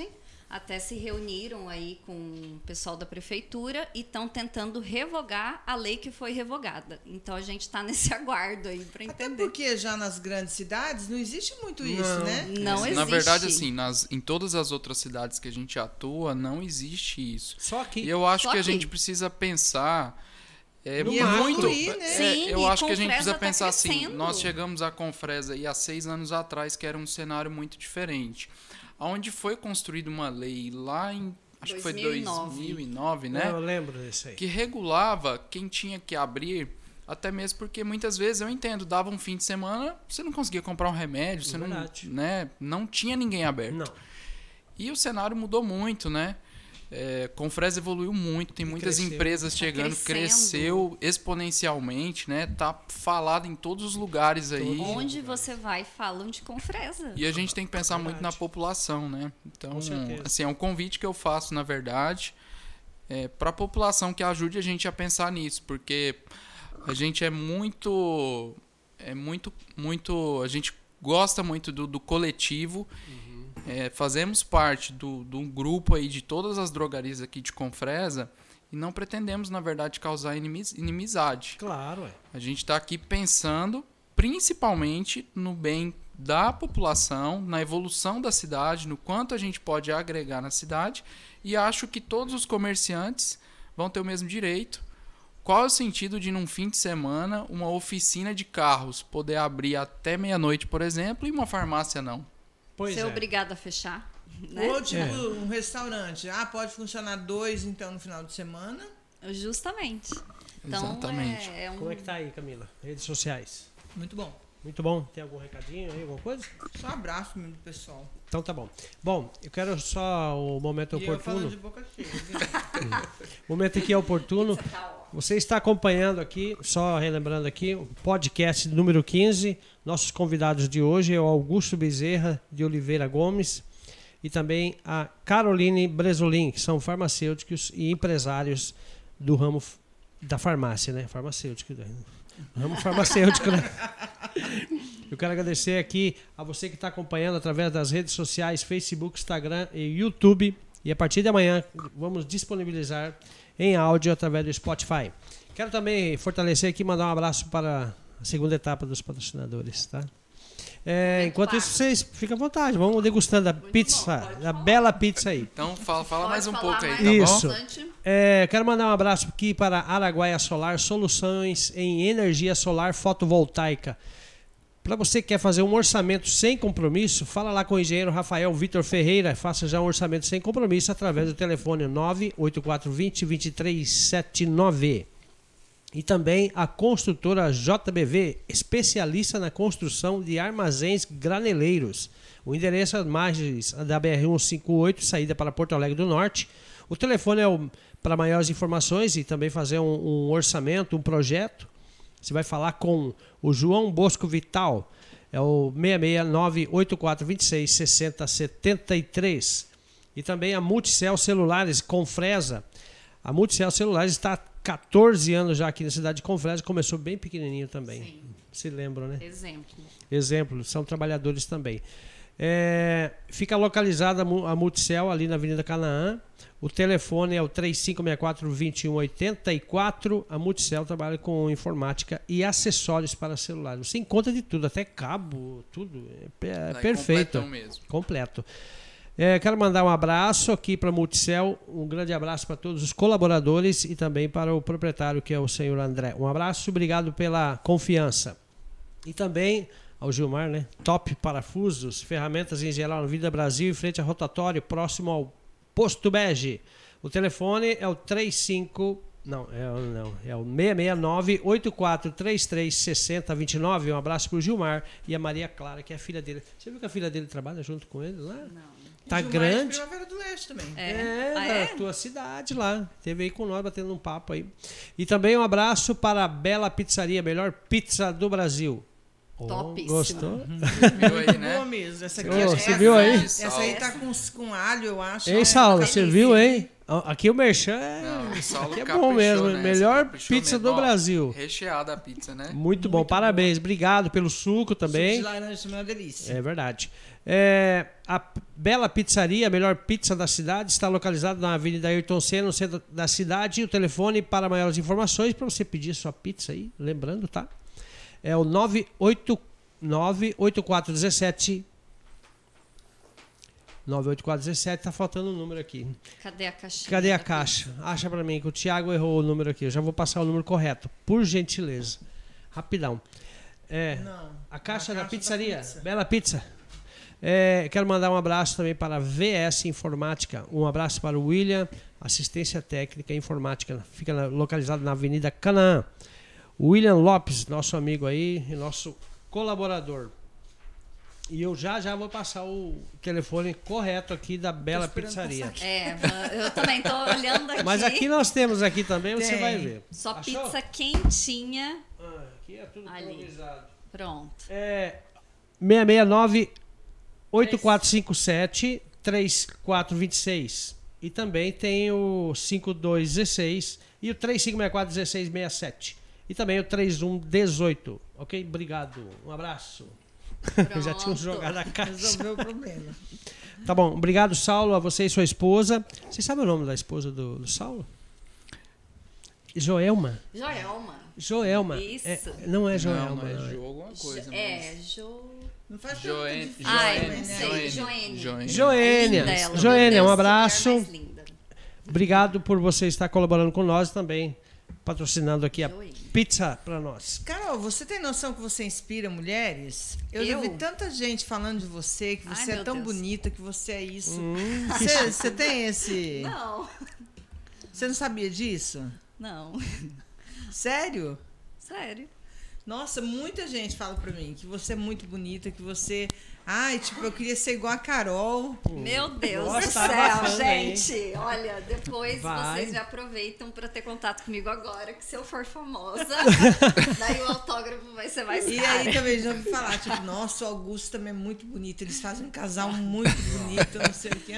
[SPEAKER 3] até se reuniram aí com o pessoal da prefeitura e estão tentando revogar a lei que foi revogada. Então a gente está nesse aguardo aí para entender.
[SPEAKER 4] Até porque já nas grandes cidades não existe muito isso, né?
[SPEAKER 3] Não existe.
[SPEAKER 2] Na verdade, assim, em todas as outras cidades que a gente atua, não existe isso.
[SPEAKER 1] Só aqui.
[SPEAKER 2] E eu acho
[SPEAKER 3] Só
[SPEAKER 2] que a
[SPEAKER 3] aqui.
[SPEAKER 2] gente precisa pensar
[SPEAKER 4] No
[SPEAKER 2] muito.
[SPEAKER 4] macro, né?
[SPEAKER 3] Sim,
[SPEAKER 2] Eu
[SPEAKER 3] e
[SPEAKER 2] acho que a gente
[SPEAKER 3] Confresa
[SPEAKER 2] precisa
[SPEAKER 3] tá
[SPEAKER 2] pensar assim.
[SPEAKER 3] crescendo.
[SPEAKER 2] Nós chegamos à Confresa aí há 6 anos atrás, que era um cenário muito diferente. Onde foi construída uma lei lá em, acho que foi 2009, né?
[SPEAKER 1] Eu lembro disso aí.
[SPEAKER 2] Que regulava quem tinha que abrir, até mesmo porque muitas vezes eu entendo, dava um fim de semana, você não conseguia comprar um remédio, você
[SPEAKER 1] Verdade.
[SPEAKER 2] não tinha ninguém aberto.
[SPEAKER 1] Não.
[SPEAKER 2] E o cenário mudou muito, né? Confresa evoluiu muito, tem muitas
[SPEAKER 1] cresceu.
[SPEAKER 2] empresas
[SPEAKER 3] Tá
[SPEAKER 2] chegando,
[SPEAKER 3] crescendo.
[SPEAKER 2] cresceu exponencialmente, né? Tá falado em todos os lugares aí.
[SPEAKER 3] Onde você vai, falam de Confresa.
[SPEAKER 2] E a gente tem que pensar
[SPEAKER 1] Verdade.
[SPEAKER 2] muito na população, né? Então,
[SPEAKER 1] Com certeza.
[SPEAKER 2] assim, é um convite que eu faço, na verdade, para a população que ajude a gente a pensar nisso, porque a gente a gente gosta muito do coletivo. Fazemos parte de um grupo aí de todas as drogarias aqui de Confresa e não pretendemos, na verdade, causar inimizade.
[SPEAKER 1] Claro,
[SPEAKER 2] A gente está aqui pensando principalmente no bem da população, na evolução da cidade, no quanto a gente pode agregar na cidade, e acho que todos os comerciantes vão ter o mesmo direito. Qual é o sentido de, num fim de semana, uma oficina de carros poder abrir até meia-noite, por exemplo, e uma farmácia não?
[SPEAKER 1] Pois
[SPEAKER 3] Ser
[SPEAKER 1] é.
[SPEAKER 3] obrigado a fechar. Né?
[SPEAKER 4] Ou tipo um restaurante. Pode funcionar 2 então no final de semana.
[SPEAKER 3] Justamente. Então,
[SPEAKER 2] Exatamente.
[SPEAKER 1] Como é que tá aí, Camila? Redes sociais.
[SPEAKER 4] Muito bom.
[SPEAKER 1] Muito bom. Tem algum recadinho aí, alguma coisa?
[SPEAKER 4] Só abraço mesmo do pessoal.
[SPEAKER 1] Então tá bom. Bom, eu quero só o momento
[SPEAKER 4] E eu falando
[SPEAKER 1] oportuno.
[SPEAKER 4] de boca cheia. Viu?
[SPEAKER 1] O momento aqui é oportuno. Você está acompanhando aqui, só relembrando aqui, o podcast número 15. Nossos convidados de hoje é o Augusto Bezerra de Oliveira Gomes e também a Caroline Bresolin, que são farmacêuticos e empresários do ramo da farmácia, né? Farmacêutico, né? Ramo farmacêutico, né? Eu quero agradecer aqui a você que está acompanhando através das redes sociais, Facebook, Instagram e YouTube. E a partir de amanhã vamos disponibilizar em áudio através do Spotify. Quero também fortalecer aqui e mandar um abraço para a segunda etapa dos patrocinadores, tá? Enquanto isso, vocês fiquem à vontade. Vamos degustando a pizza, a bela pizza aí.
[SPEAKER 2] Então fala mais um
[SPEAKER 3] Pode
[SPEAKER 2] pouco
[SPEAKER 3] falar
[SPEAKER 2] aí,
[SPEAKER 3] mais
[SPEAKER 2] tá
[SPEAKER 1] Isso.
[SPEAKER 2] bom?
[SPEAKER 3] bastante.
[SPEAKER 1] Quero mandar um abraço aqui para Araguaia Solar, soluções em energia solar fotovoltaica. Para você que quer fazer um orçamento sem compromisso, fala lá com o engenheiro Rafael Vitor Ferreira. Faça já um orçamento sem compromisso através do telefone 98420-2379. E também a construtora JBV, especialista na construção de armazéns graneleiros. O endereço é margens da BR-158, saída para Porto Alegre do Norte. O telefone é para maiores informações e também fazer um orçamento, um projeto. Você vai falar com o João Bosco Vital, é o 669-8426-6073. E também a Multicel Celulares Confresa. A Multicel Celulares está há 14 anos já aqui na cidade de Confresa, começou bem pequenininho também.
[SPEAKER 3] Sim.
[SPEAKER 1] Se lembram, né?
[SPEAKER 3] Exemplo.
[SPEAKER 1] São trabalhadores também. Fica localizada a Multicel ali na Avenida Canaã. O telefone é o 3564-2184. A Multicel trabalha com informática e acessórios para celulares. Você encontra de tudo, até cabo, tudo. É perfeito.
[SPEAKER 2] Completão mesmo.
[SPEAKER 1] Completo. Quero mandar um abraço aqui para a Multicel, um grande abraço para todos os colaboradores e também para o proprietário, que é o senhor André. Um abraço, obrigado pela confiança. E também ao Gilmar, né? Top Parafusos, ferramentas em geral na Vida Brasil, em frente a rotatório, próximo ao Posto Bege. O telefone é o 669-8433-6029. Um abraço para o Gilmar e a Maria Clara, que é a filha dele. Você viu que a filha dele trabalha junto com ele lá?
[SPEAKER 3] Não.
[SPEAKER 1] Tá
[SPEAKER 4] Gilmar
[SPEAKER 1] grande.
[SPEAKER 4] É de Primavera do Leste também.
[SPEAKER 1] Da tua cidade lá. Teve aí com nós batendo um papo aí. E também um abraço para a Bela Pizzaria, a melhor pizza do Brasil.
[SPEAKER 3] Topíssimo.
[SPEAKER 1] Gostou?
[SPEAKER 2] Viu aí, né?
[SPEAKER 4] Boa mesmo. Essa aqui,
[SPEAKER 1] Você viu aí?
[SPEAKER 4] Essa aí tá com alho, eu acho.
[SPEAKER 1] Ei, Saulo, você viu, hein? Aqui o merchan
[SPEAKER 2] Não, o Saulo
[SPEAKER 1] aqui é
[SPEAKER 2] caprichou
[SPEAKER 1] bom mesmo.
[SPEAKER 2] nessa,
[SPEAKER 1] Melhor
[SPEAKER 2] caprichou
[SPEAKER 1] pizza
[SPEAKER 2] mesmo.
[SPEAKER 1] do
[SPEAKER 2] Ó,
[SPEAKER 1] Brasil.
[SPEAKER 2] Recheada a pizza, né?
[SPEAKER 1] Muito bom, parabéns. Obrigado pelo suco
[SPEAKER 4] Suco
[SPEAKER 1] também.
[SPEAKER 4] de laranja também é uma delícia.
[SPEAKER 1] É verdade. A Bela Pizzaria, a melhor pizza da cidade, está localizada na Avenida Ayrton Senna, no centro da cidade. E o telefone para maiores informações, para você pedir sua pizza aí, lembrando, tá? É o 98417. 98417, tá faltando um número aqui.
[SPEAKER 3] Cadê a caixinha?
[SPEAKER 1] Cadê a caixa? Acha pra mim que o Thiago errou o número aqui. Eu já vou passar o número correto, por gentileza. Rapidão.
[SPEAKER 4] Não,
[SPEAKER 1] A caixa da
[SPEAKER 4] da
[SPEAKER 1] pizzaria,
[SPEAKER 4] pizza.
[SPEAKER 1] Bela Pizza. Quero mandar um abraço também para a VS Informática. Um abraço para o William, assistência técnica e informática. Fica localizado na Avenida Canaã. William Lopes, nosso amigo aí, e nosso colaborador. E eu já vou passar o telefone correto aqui da Bela Pizzaria.
[SPEAKER 3] Eu também tô olhando aqui.
[SPEAKER 1] Mas aqui nós temos aqui também, você vai ver.
[SPEAKER 3] Só
[SPEAKER 1] Achou?
[SPEAKER 3] pizza quentinha.
[SPEAKER 1] Aqui é tudo
[SPEAKER 3] Ali.
[SPEAKER 1] improvisado.
[SPEAKER 3] Pronto.
[SPEAKER 1] 669 8457 3426. E também tem o 5216 e o 3564 1667. E também o 3118. Ok? Obrigado. Um abraço. Eu já tinha jogado a caixa.
[SPEAKER 4] Resolveu o problema.
[SPEAKER 1] Tá bom. Obrigado, Saulo, a você e sua esposa. Você sabe o nome da esposa do Saulo? Joelma. Joelma.
[SPEAKER 3] Isso.
[SPEAKER 1] Não é Joelma.
[SPEAKER 2] Não é
[SPEAKER 1] não é.
[SPEAKER 2] jogo alguma coisa.
[SPEAKER 4] Não faz
[SPEAKER 2] Joênia.
[SPEAKER 4] pergunta
[SPEAKER 3] Ai,
[SPEAKER 4] difícil,
[SPEAKER 3] não
[SPEAKER 4] né?
[SPEAKER 3] sei. Joênia.
[SPEAKER 1] Joênia.
[SPEAKER 3] Linda ela,
[SPEAKER 1] Joênia,
[SPEAKER 3] meu
[SPEAKER 1] um
[SPEAKER 3] Deus,
[SPEAKER 1] abraço.
[SPEAKER 3] mulher mais linda.
[SPEAKER 1] Obrigado por você estar colaborando com nós também, patrocinando aqui a
[SPEAKER 3] Joênia.
[SPEAKER 1] pizza para nós.
[SPEAKER 4] Carol, você tem noção que você inspira mulheres? Eu já
[SPEAKER 3] Eu?
[SPEAKER 4] vi tanta gente falando de você, que
[SPEAKER 3] Ai,
[SPEAKER 4] você é
[SPEAKER 3] meu
[SPEAKER 4] tão
[SPEAKER 3] Deus.
[SPEAKER 4] bonita, que você é isso. Você tem esse...
[SPEAKER 3] Não.
[SPEAKER 4] Você não sabia disso?
[SPEAKER 3] Não.
[SPEAKER 4] Sério?
[SPEAKER 3] Sério.
[SPEAKER 4] Nossa, muita gente fala pra mim que você é muito bonita, que você... Ai, tipo, eu queria ser igual a Carol.
[SPEAKER 3] Meu Deus
[SPEAKER 1] Nossa,
[SPEAKER 3] do
[SPEAKER 1] tá
[SPEAKER 3] céu,
[SPEAKER 1] abafando aí.
[SPEAKER 3] gente. Olha, depois
[SPEAKER 1] Vai.
[SPEAKER 3] vocês já aproveitam para ter contato comigo agora, que se eu for famosa, daí o autógrafo vai ser mais
[SPEAKER 4] E
[SPEAKER 3] caro.
[SPEAKER 4] aí também já ouvi falar, tipo, nossa, o Augusto também é muito bonito. Eles fazem um casal muito bonito, não sei o quê.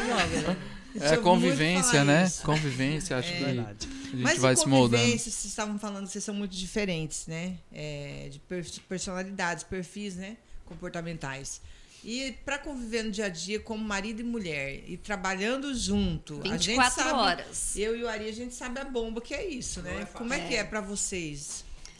[SPEAKER 2] É convivência, né? Convivência, acho que
[SPEAKER 1] Verdade.
[SPEAKER 2] a gente
[SPEAKER 4] Mas
[SPEAKER 2] vai
[SPEAKER 4] em
[SPEAKER 2] se moldando.
[SPEAKER 4] convivência, vocês estavam falando que vocês são muito diferentes, né? De personalidades, perfis, né? Comportamentais. E para conviver no dia a dia como marido e mulher e trabalhando junto, a gente
[SPEAKER 3] 24
[SPEAKER 4] sabe,
[SPEAKER 3] horas.
[SPEAKER 4] eu e o Ari, a gente sabe a bomba que é isso, né? Como é que é para vocês?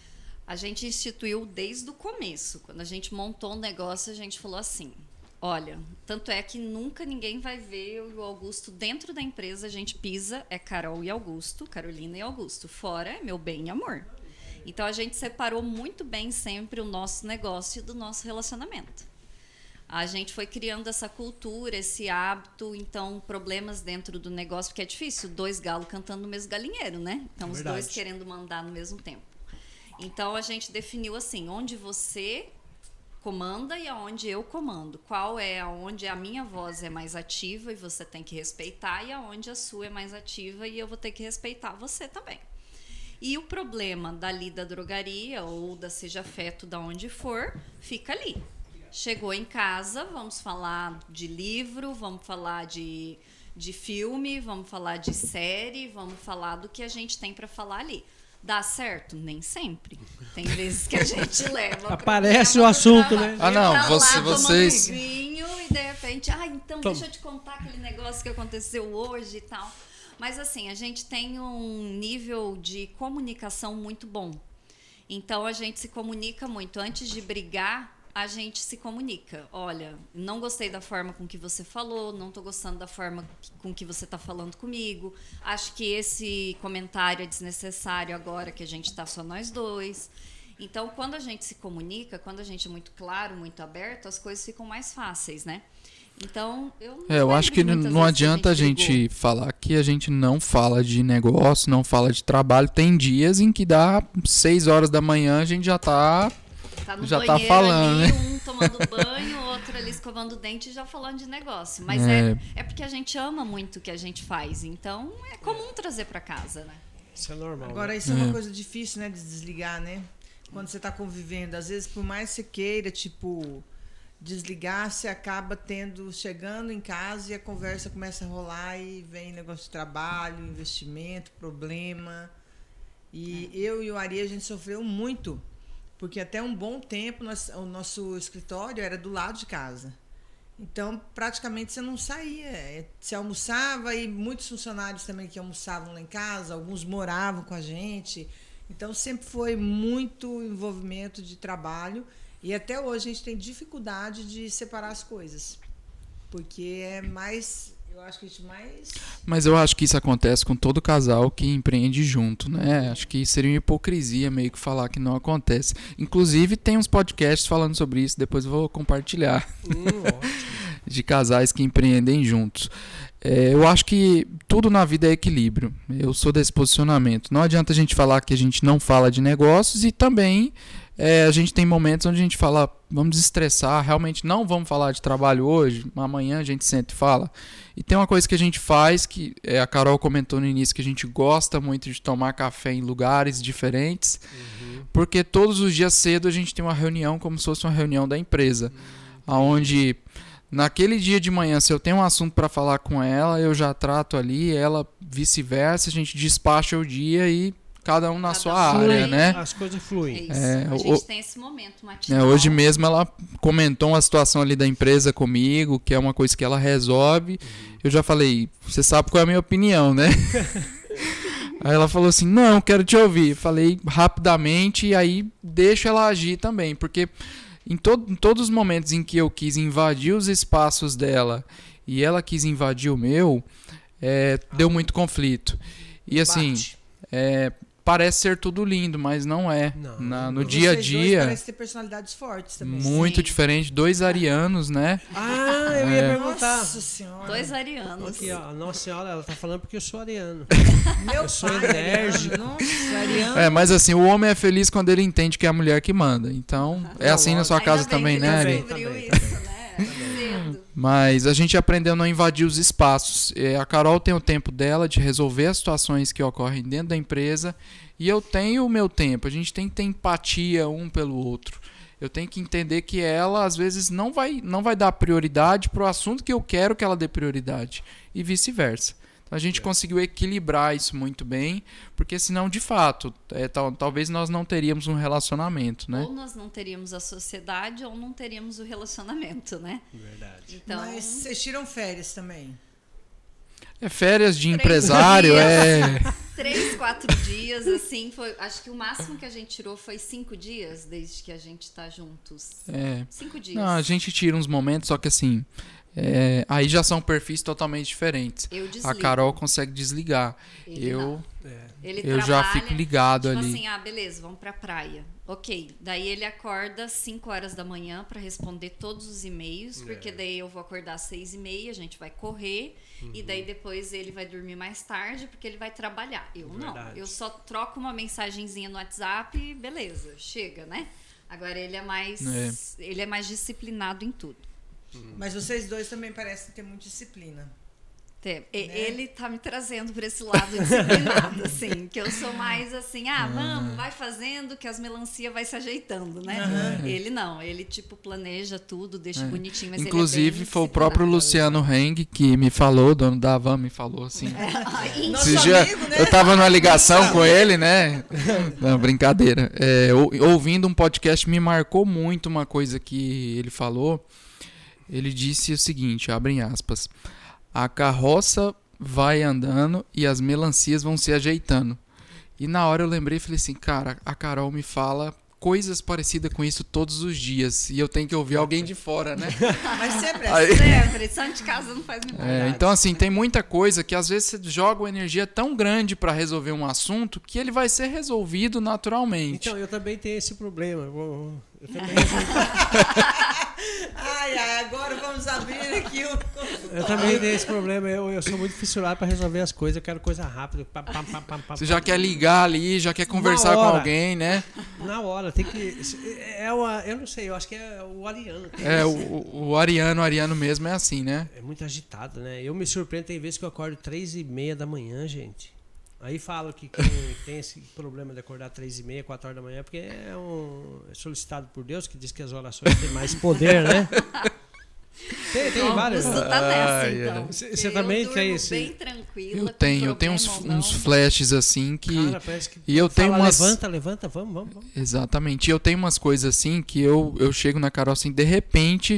[SPEAKER 3] A gente instituiu desde o começo. Quando a gente montou o negócio, a gente falou assim: olha, tanto é que nunca ninguém vai ver eu e o Augusto dentro da empresa. A gente pisa, é Carol e Augusto, Carolina e Augusto. Fora é meu bem e amor. Então a gente separou muito bem sempre o nosso negócio do nosso relacionamento. A gente foi criando essa cultura, esse hábito, então problemas dentro do negócio, porque é difícil, 2 galos cantando no mesmo galinheiro, né? Então os
[SPEAKER 1] Verdade.
[SPEAKER 3] dois querendo mandar no mesmo tempo. Então a gente definiu assim, onde você comanda e aonde eu comando. Qual é aonde a minha voz é mais ativa e você tem que respeitar, e aonde a sua é mais ativa e eu vou ter que respeitar você também. E o problema dali da drogaria ou da Seja Feto, da onde for, fica ali. Chegou em casa, vamos falar de livro, vamos falar de filme, vamos falar de série, vamos falar do que a gente tem para falar ali. Dá certo? Nem sempre. Tem vezes que a gente leva.
[SPEAKER 1] Aparece o assunto, né?
[SPEAKER 2] Ah, não, vocês-
[SPEAKER 3] Tomando vinho e de repente, então deixa eu te contar aquele negócio que aconteceu hoje e tal. Mas assim, a gente tem um nível de comunicação muito bom. Então a gente se comunica muito. Antes de brigar, a gente se comunica. Olha, não gostei da forma com que você falou, não estou gostando da forma com que você está falando comigo. Acho que esse comentário é desnecessário agora que a gente está só nós dois. Então, quando a gente se comunica, quando a gente é muito claro, muito aberto, as coisas ficam mais fáceis, né? Então, eu não
[SPEAKER 2] Eu
[SPEAKER 3] lembro
[SPEAKER 2] acho que
[SPEAKER 3] de muitas
[SPEAKER 2] não
[SPEAKER 3] vezes que
[SPEAKER 2] adianta a
[SPEAKER 3] brigou.
[SPEAKER 2] gente falar que a gente não fala de negócio, não fala de trabalho. Tem dias em que dá 6 horas da manhã, a gente já tá
[SPEAKER 3] Tá no
[SPEAKER 2] já tá
[SPEAKER 3] banheiro
[SPEAKER 2] falando,
[SPEAKER 3] ali,
[SPEAKER 2] né?
[SPEAKER 3] um tomando banho, o outro ali escovando o dente e já falando de negócio. Mas é porque a gente ama muito o que a gente faz. Então, é comum trazer para casa, né?
[SPEAKER 1] Isso é normal.
[SPEAKER 4] Agora,
[SPEAKER 1] né?
[SPEAKER 4] isso é uma coisa difícil, né, de desligar, né? Quando você tá convivendo, às vezes, por mais que você queira, tipo, desligar, você acaba chegando em casa e a conversa começa a rolar e vem negócio de trabalho, investimento, problema. E eu e o Ari, a gente sofreu muito, porque até um bom tempo o nosso escritório era do lado de casa. Então, praticamente você não saía. Você almoçava e muitos funcionários também que almoçavam lá em casa, alguns moravam com a gente. Então, sempre foi muito envolvimento de trabalho. E até hoje a gente tem dificuldade de separar as coisas. Porque é mais... Eu acho que a gente mais...
[SPEAKER 2] Mas eu acho que isso acontece com todo casal que empreende junto, né? Acho que seria uma hipocrisia meio que falar que não acontece. Inclusive, tem uns podcasts falando sobre isso, depois eu vou compartilhar. De casais que empreendem juntos. Eu acho que tudo na vida é equilíbrio. Eu sou desse posicionamento. Não adianta a gente falar que a gente não fala de negócios e também a gente tem momentos onde a gente fala, vamos desestressar, realmente não vamos falar de trabalho hoje, amanhã a gente senta e fala. E tem uma coisa que a gente faz, que a Carol comentou no início, que a gente gosta muito de tomar café em lugares diferentes, porque todos os dias cedo a gente tem uma reunião como se fosse uma reunião da empresa, onde naquele dia de manhã, se eu tenho um assunto para falar com ela, eu já trato ali, ela vice-versa, a gente despacha o dia e cada um na sua área, né?
[SPEAKER 1] As coisas fluem.
[SPEAKER 3] A gente tem esse momento matinal.
[SPEAKER 2] Hoje mesmo ela comentou uma situação ali da empresa comigo, que é uma coisa que ela resolve. Eu já falei, você sabe qual é a minha opinião, né? Aí ela falou assim, não, quero te ouvir. Falei rapidamente e aí deixo ela agir também, porque em todos os momentos em que eu quis invadir os espaços dela e ela quis invadir o meu, deu muito conflito. E assim, parece ser tudo lindo, mas não é. No dia a dia.
[SPEAKER 4] Parece ter personalidades fortes também.
[SPEAKER 2] Muito diferente. 2 arianos, né?
[SPEAKER 1] Eu ia perguntar.
[SPEAKER 4] Nossa senhora.
[SPEAKER 3] 2 arianos.
[SPEAKER 1] Aqui, ó, Nossa Senhora, ela tá falando porque eu sou ariano.
[SPEAKER 4] Eu
[SPEAKER 1] sou enérgico.
[SPEAKER 4] Nossa, ariano.
[SPEAKER 2] Mas assim, o homem é feliz quando ele entende que é a mulher que manda. Então, é assim na sua casa também, né, Ari?
[SPEAKER 3] Descobriu isso, né? Cedo.
[SPEAKER 2] Mas a gente aprendeu a não invadir os espaços. A Carol tem o tempo dela de resolver as situações que ocorrem dentro da empresa e eu tenho o meu tempo. A gente tem que ter empatia um pelo outro. Eu tenho que entender que ela, às vezes, não vai dar prioridade para o assunto que eu quero que ela dê prioridade e vice-versa. Então, a gente conseguiu equilibrar isso muito bem, porque senão, de fato, talvez nós não teríamos um relacionamento, né?
[SPEAKER 3] Ou nós não teríamos a sociedade ou não teríamos o relacionamento, né?
[SPEAKER 1] Verdade.
[SPEAKER 3] Então,
[SPEAKER 4] Mas vocês tiram férias também?
[SPEAKER 2] Férias de
[SPEAKER 3] 3
[SPEAKER 2] empresário,
[SPEAKER 3] dias. 3, 4 dias, assim, acho que o máximo que a gente tirou foi 5 dias, desde que a gente tá juntos. 5 dias.
[SPEAKER 2] Não, a gente tira uns momentos, só que assim, aí já são perfis totalmente diferentes.
[SPEAKER 3] Eu desligo.
[SPEAKER 2] A Carol consegue desligar.
[SPEAKER 3] Ele
[SPEAKER 2] eu
[SPEAKER 3] Ele
[SPEAKER 2] já fico ligado
[SPEAKER 3] tipo
[SPEAKER 2] ali.
[SPEAKER 3] assim, beleza, vamos pra praia. Ok, daí ele acorda às 5 horas da manhã para responder todos os e-mails, porque daí eu vou acordar às 6h30, a gente vai correr, e daí depois ele vai dormir mais tarde, porque ele vai trabalhar. Eu não, eu só troco uma mensagenzinha no WhatsApp e beleza, chega, né? Agora ele é mais disciplinado em tudo.
[SPEAKER 4] Mas vocês dois também parecem ter muita disciplina.
[SPEAKER 3] Ele tá me trazendo para esse lado disciplinado, assim, que eu sou mais assim, vamos, vai fazendo que as melancias vai se ajeitando, né? Ele não, ele tipo planeja tudo, deixa bonitinho, mas
[SPEAKER 2] inclusive
[SPEAKER 3] ele
[SPEAKER 2] foi o próprio Luciano Heng que me falou, o dono da Van me falou assim.
[SPEAKER 4] Amigo, né?
[SPEAKER 2] Eu tava numa ligação com ele, né? Não, brincadeira. Ouvindo um podcast me marcou muito uma coisa que ele falou. Ele disse o seguinte, abrem aspas: a carroça vai andando e as melancias vão se ajeitando. E na hora eu lembrei e falei assim, cara, a Carol me fala coisas parecidas com isso todos os dias. E eu tenho que ouvir alguém de fora, né?
[SPEAKER 4] Mas sempre
[SPEAKER 3] sempre, santo de casa não faz milagre.
[SPEAKER 2] Então, assim, tem muita coisa que às vezes você joga uma energia tão grande para resolver um assunto que ele vai ser resolvido naturalmente.
[SPEAKER 1] Então, eu também tenho esse problema. Eu também
[SPEAKER 4] agora vamos abrir aqui o...
[SPEAKER 1] Eu também tenho esse problema. Eu sou muito fissurado para resolver as coisas. Eu quero coisa rápida.
[SPEAKER 2] Você já quer ligar ali, já quer conversar com alguém, né?
[SPEAKER 1] Na hora, tem que... eu não sei, eu acho que é o ariano.
[SPEAKER 2] O ariano mesmo é assim, né?
[SPEAKER 1] É muito agitado, né? Eu me surpreendo, tem vezes que eu acordo 3h30 da manhã, gente. Aí falo que quem tem esse problema de acordar 3h30, 4 horas da manhã, porque é solicitado por Deus, que diz que as orações têm mais poder, né? Tem vários.
[SPEAKER 3] Você tá nessa, então.
[SPEAKER 1] Você também tem esse...
[SPEAKER 3] bem tranquila.
[SPEAKER 2] Eu tenho uns flashes assim que...
[SPEAKER 1] Cara, parece que
[SPEAKER 2] e eu tenho umas...
[SPEAKER 1] Levanta, vamos.
[SPEAKER 2] Exatamente. E eu tenho umas coisas assim que eu chego na Carol assim, de repente,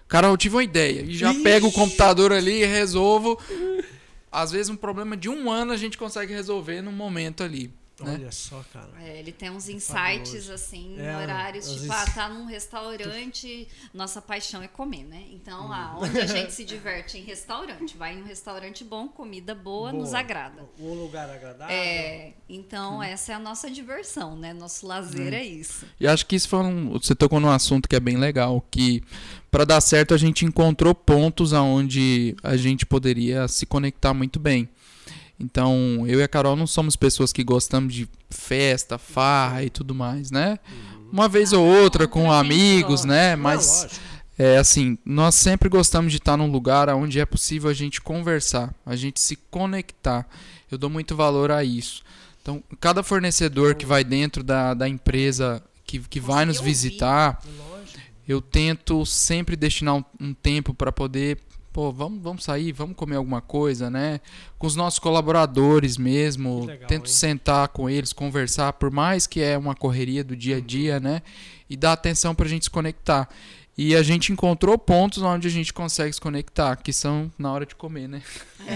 [SPEAKER 2] Carol, eu tive uma ideia. E já pego o computador ali e resolvo. Às vezes um problema de 1 ano a gente consegue resolver num momento ali. Né?
[SPEAKER 1] Olha só, cara.
[SPEAKER 3] Ele tem uns insights, assim, horários, tipo,
[SPEAKER 1] vezes...
[SPEAKER 3] tá num restaurante, nossa paixão é comer, né? Então, onde a gente se diverte em restaurante, vai em um restaurante bom, comida boa, nos agrada.
[SPEAKER 1] Um lugar agradável.
[SPEAKER 3] Então, essa é a nossa diversão, né? Nosso lazer é isso.
[SPEAKER 2] E acho que isso você tocou num assunto que é bem legal, que para dar certo a gente encontrou pontos aonde a gente poderia se conectar muito bem. Então, eu e a Carol não somos pessoas que gostamos de festa, farra e tudo mais, né? Uma vez ou outra com amigos, né? Mas, assim, nós sempre gostamos de estar num lugar onde é possível a gente conversar, a gente se conectar. Eu dou muito valor a isso. Então, cada fornecedor que vai dentro da empresa, que vai nos visitar, eu tento sempre destinar um tempo para poder... Pô, vamos sair, vamos comer alguma coisa, né? Com os nossos colaboradores mesmo,
[SPEAKER 1] legal,
[SPEAKER 2] tento
[SPEAKER 1] hein?
[SPEAKER 2] sentar com eles, conversar, por mais que é uma correria do dia a dia, né? E dar atenção pra gente se conectar. E a gente encontrou pontos onde a gente consegue se conectar, que são na hora de comer, né?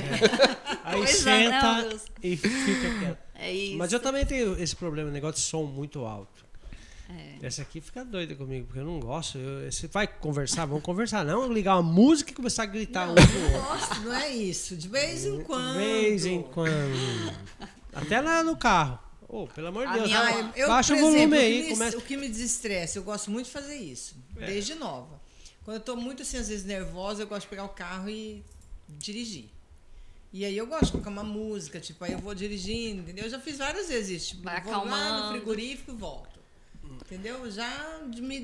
[SPEAKER 1] Aí
[SPEAKER 3] Pois é,
[SPEAKER 1] senta
[SPEAKER 3] né,
[SPEAKER 1] e fica quieto.
[SPEAKER 3] É isso.
[SPEAKER 1] Mas eu também tenho esse problema, negócio de som muito alto. Essa aqui fica doida comigo, porque eu não gosto. Você vai conversar, vamos conversar. Não ligar uma música e começar a gritar um pro outro.
[SPEAKER 4] Não é isso. De vez em quando.
[SPEAKER 1] De vez em quando. Até lá no carro. Oh, pelo amor de Deus. Baixa o
[SPEAKER 4] por
[SPEAKER 1] volume
[SPEAKER 4] exemplo,
[SPEAKER 1] aí.
[SPEAKER 4] o
[SPEAKER 1] Começa...
[SPEAKER 4] que me desestressa, eu gosto muito de fazer isso. Desde nova. Quando eu tô muito, assim, às vezes nervosa, eu gosto de pegar o carro e dirigir. E aí eu gosto de colocar uma música, tipo, aí eu vou dirigindo, entendeu? Eu já fiz várias vezes isso. Tipo,
[SPEAKER 3] Vai
[SPEAKER 4] vou lá
[SPEAKER 3] acalmando.
[SPEAKER 4] no frigorífico e volto. Entendeu? Já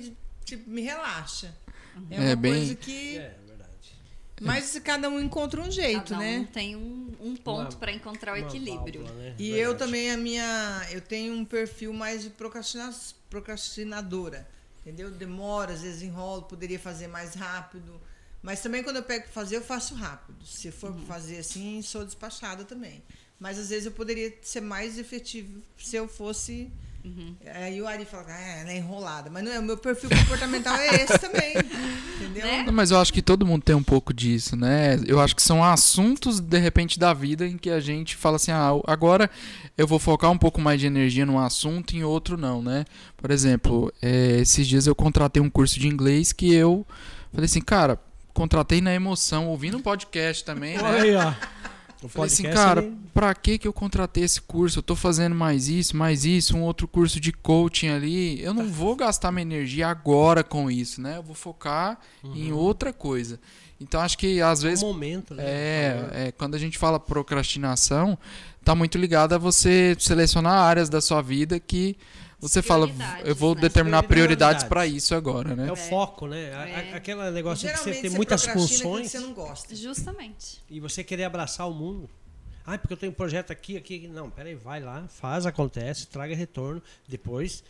[SPEAKER 4] me relaxa. É uma
[SPEAKER 2] bem...
[SPEAKER 4] coisa que...
[SPEAKER 1] É verdade.
[SPEAKER 4] Mas cada um encontra um jeito,
[SPEAKER 3] Cada um
[SPEAKER 4] né?
[SPEAKER 3] tem um ponto para encontrar o
[SPEAKER 1] Uma
[SPEAKER 3] equilíbrio.
[SPEAKER 1] válvula, né?
[SPEAKER 4] E
[SPEAKER 1] Verdade.
[SPEAKER 4] eu também, eu tenho um perfil mais de procrastinadora, entendeu? Demora, às vezes enrolo, poderia fazer mais rápido. Mas também quando eu pego para fazer, eu faço rápido. Se for para fazer assim, sou despachada também. Mas às vezes eu poderia ser mais efetivo se eu fosse... Aí o Ari fala, ela é enrolada. Mas não é, o meu perfil comportamental é esse também, entendeu?
[SPEAKER 3] Né?
[SPEAKER 2] Não, mas eu acho que todo mundo tem um pouco disso, né? Eu acho que são assuntos, de repente, da vida em que a gente fala assim, agora eu vou focar um pouco mais de energia num assunto e em outro não, né? Por exemplo, esses dias eu contratei um curso de inglês que eu falei assim, cara, contratei na emoção, ouvindo um podcast também, né?
[SPEAKER 1] Olha aí, ó. O
[SPEAKER 2] Falei assim,
[SPEAKER 1] podcast,
[SPEAKER 2] cara,
[SPEAKER 1] ele-
[SPEAKER 2] pra que eu contratei esse curso? Eu tô fazendo mais isso, um outro curso de coaching ali. Eu não vou gastar minha energia agora com isso, né? Eu vou focar em outra coisa. Então, acho que às vezes...
[SPEAKER 1] um momento, né?
[SPEAKER 2] quando a gente fala procrastinação, tá muito ligado a você selecionar áreas da sua vida que você fala,
[SPEAKER 3] Prioridades,
[SPEAKER 2] eu vou
[SPEAKER 3] né?
[SPEAKER 2] determinar prioridades
[SPEAKER 1] Prioridades.
[SPEAKER 2] pra isso agora, né?
[SPEAKER 1] É o foco, né? Aquele negócio de
[SPEAKER 4] Geralmente
[SPEAKER 1] você ter muitas
[SPEAKER 4] procrastina aquilo que
[SPEAKER 1] funções
[SPEAKER 4] você não gosta.
[SPEAKER 3] Justamente.
[SPEAKER 1] e você querer abraçar o mundo. Porque eu tenho um projeto aqui. Não, peraí, vai lá, faz, acontece, traga retorno. Depois,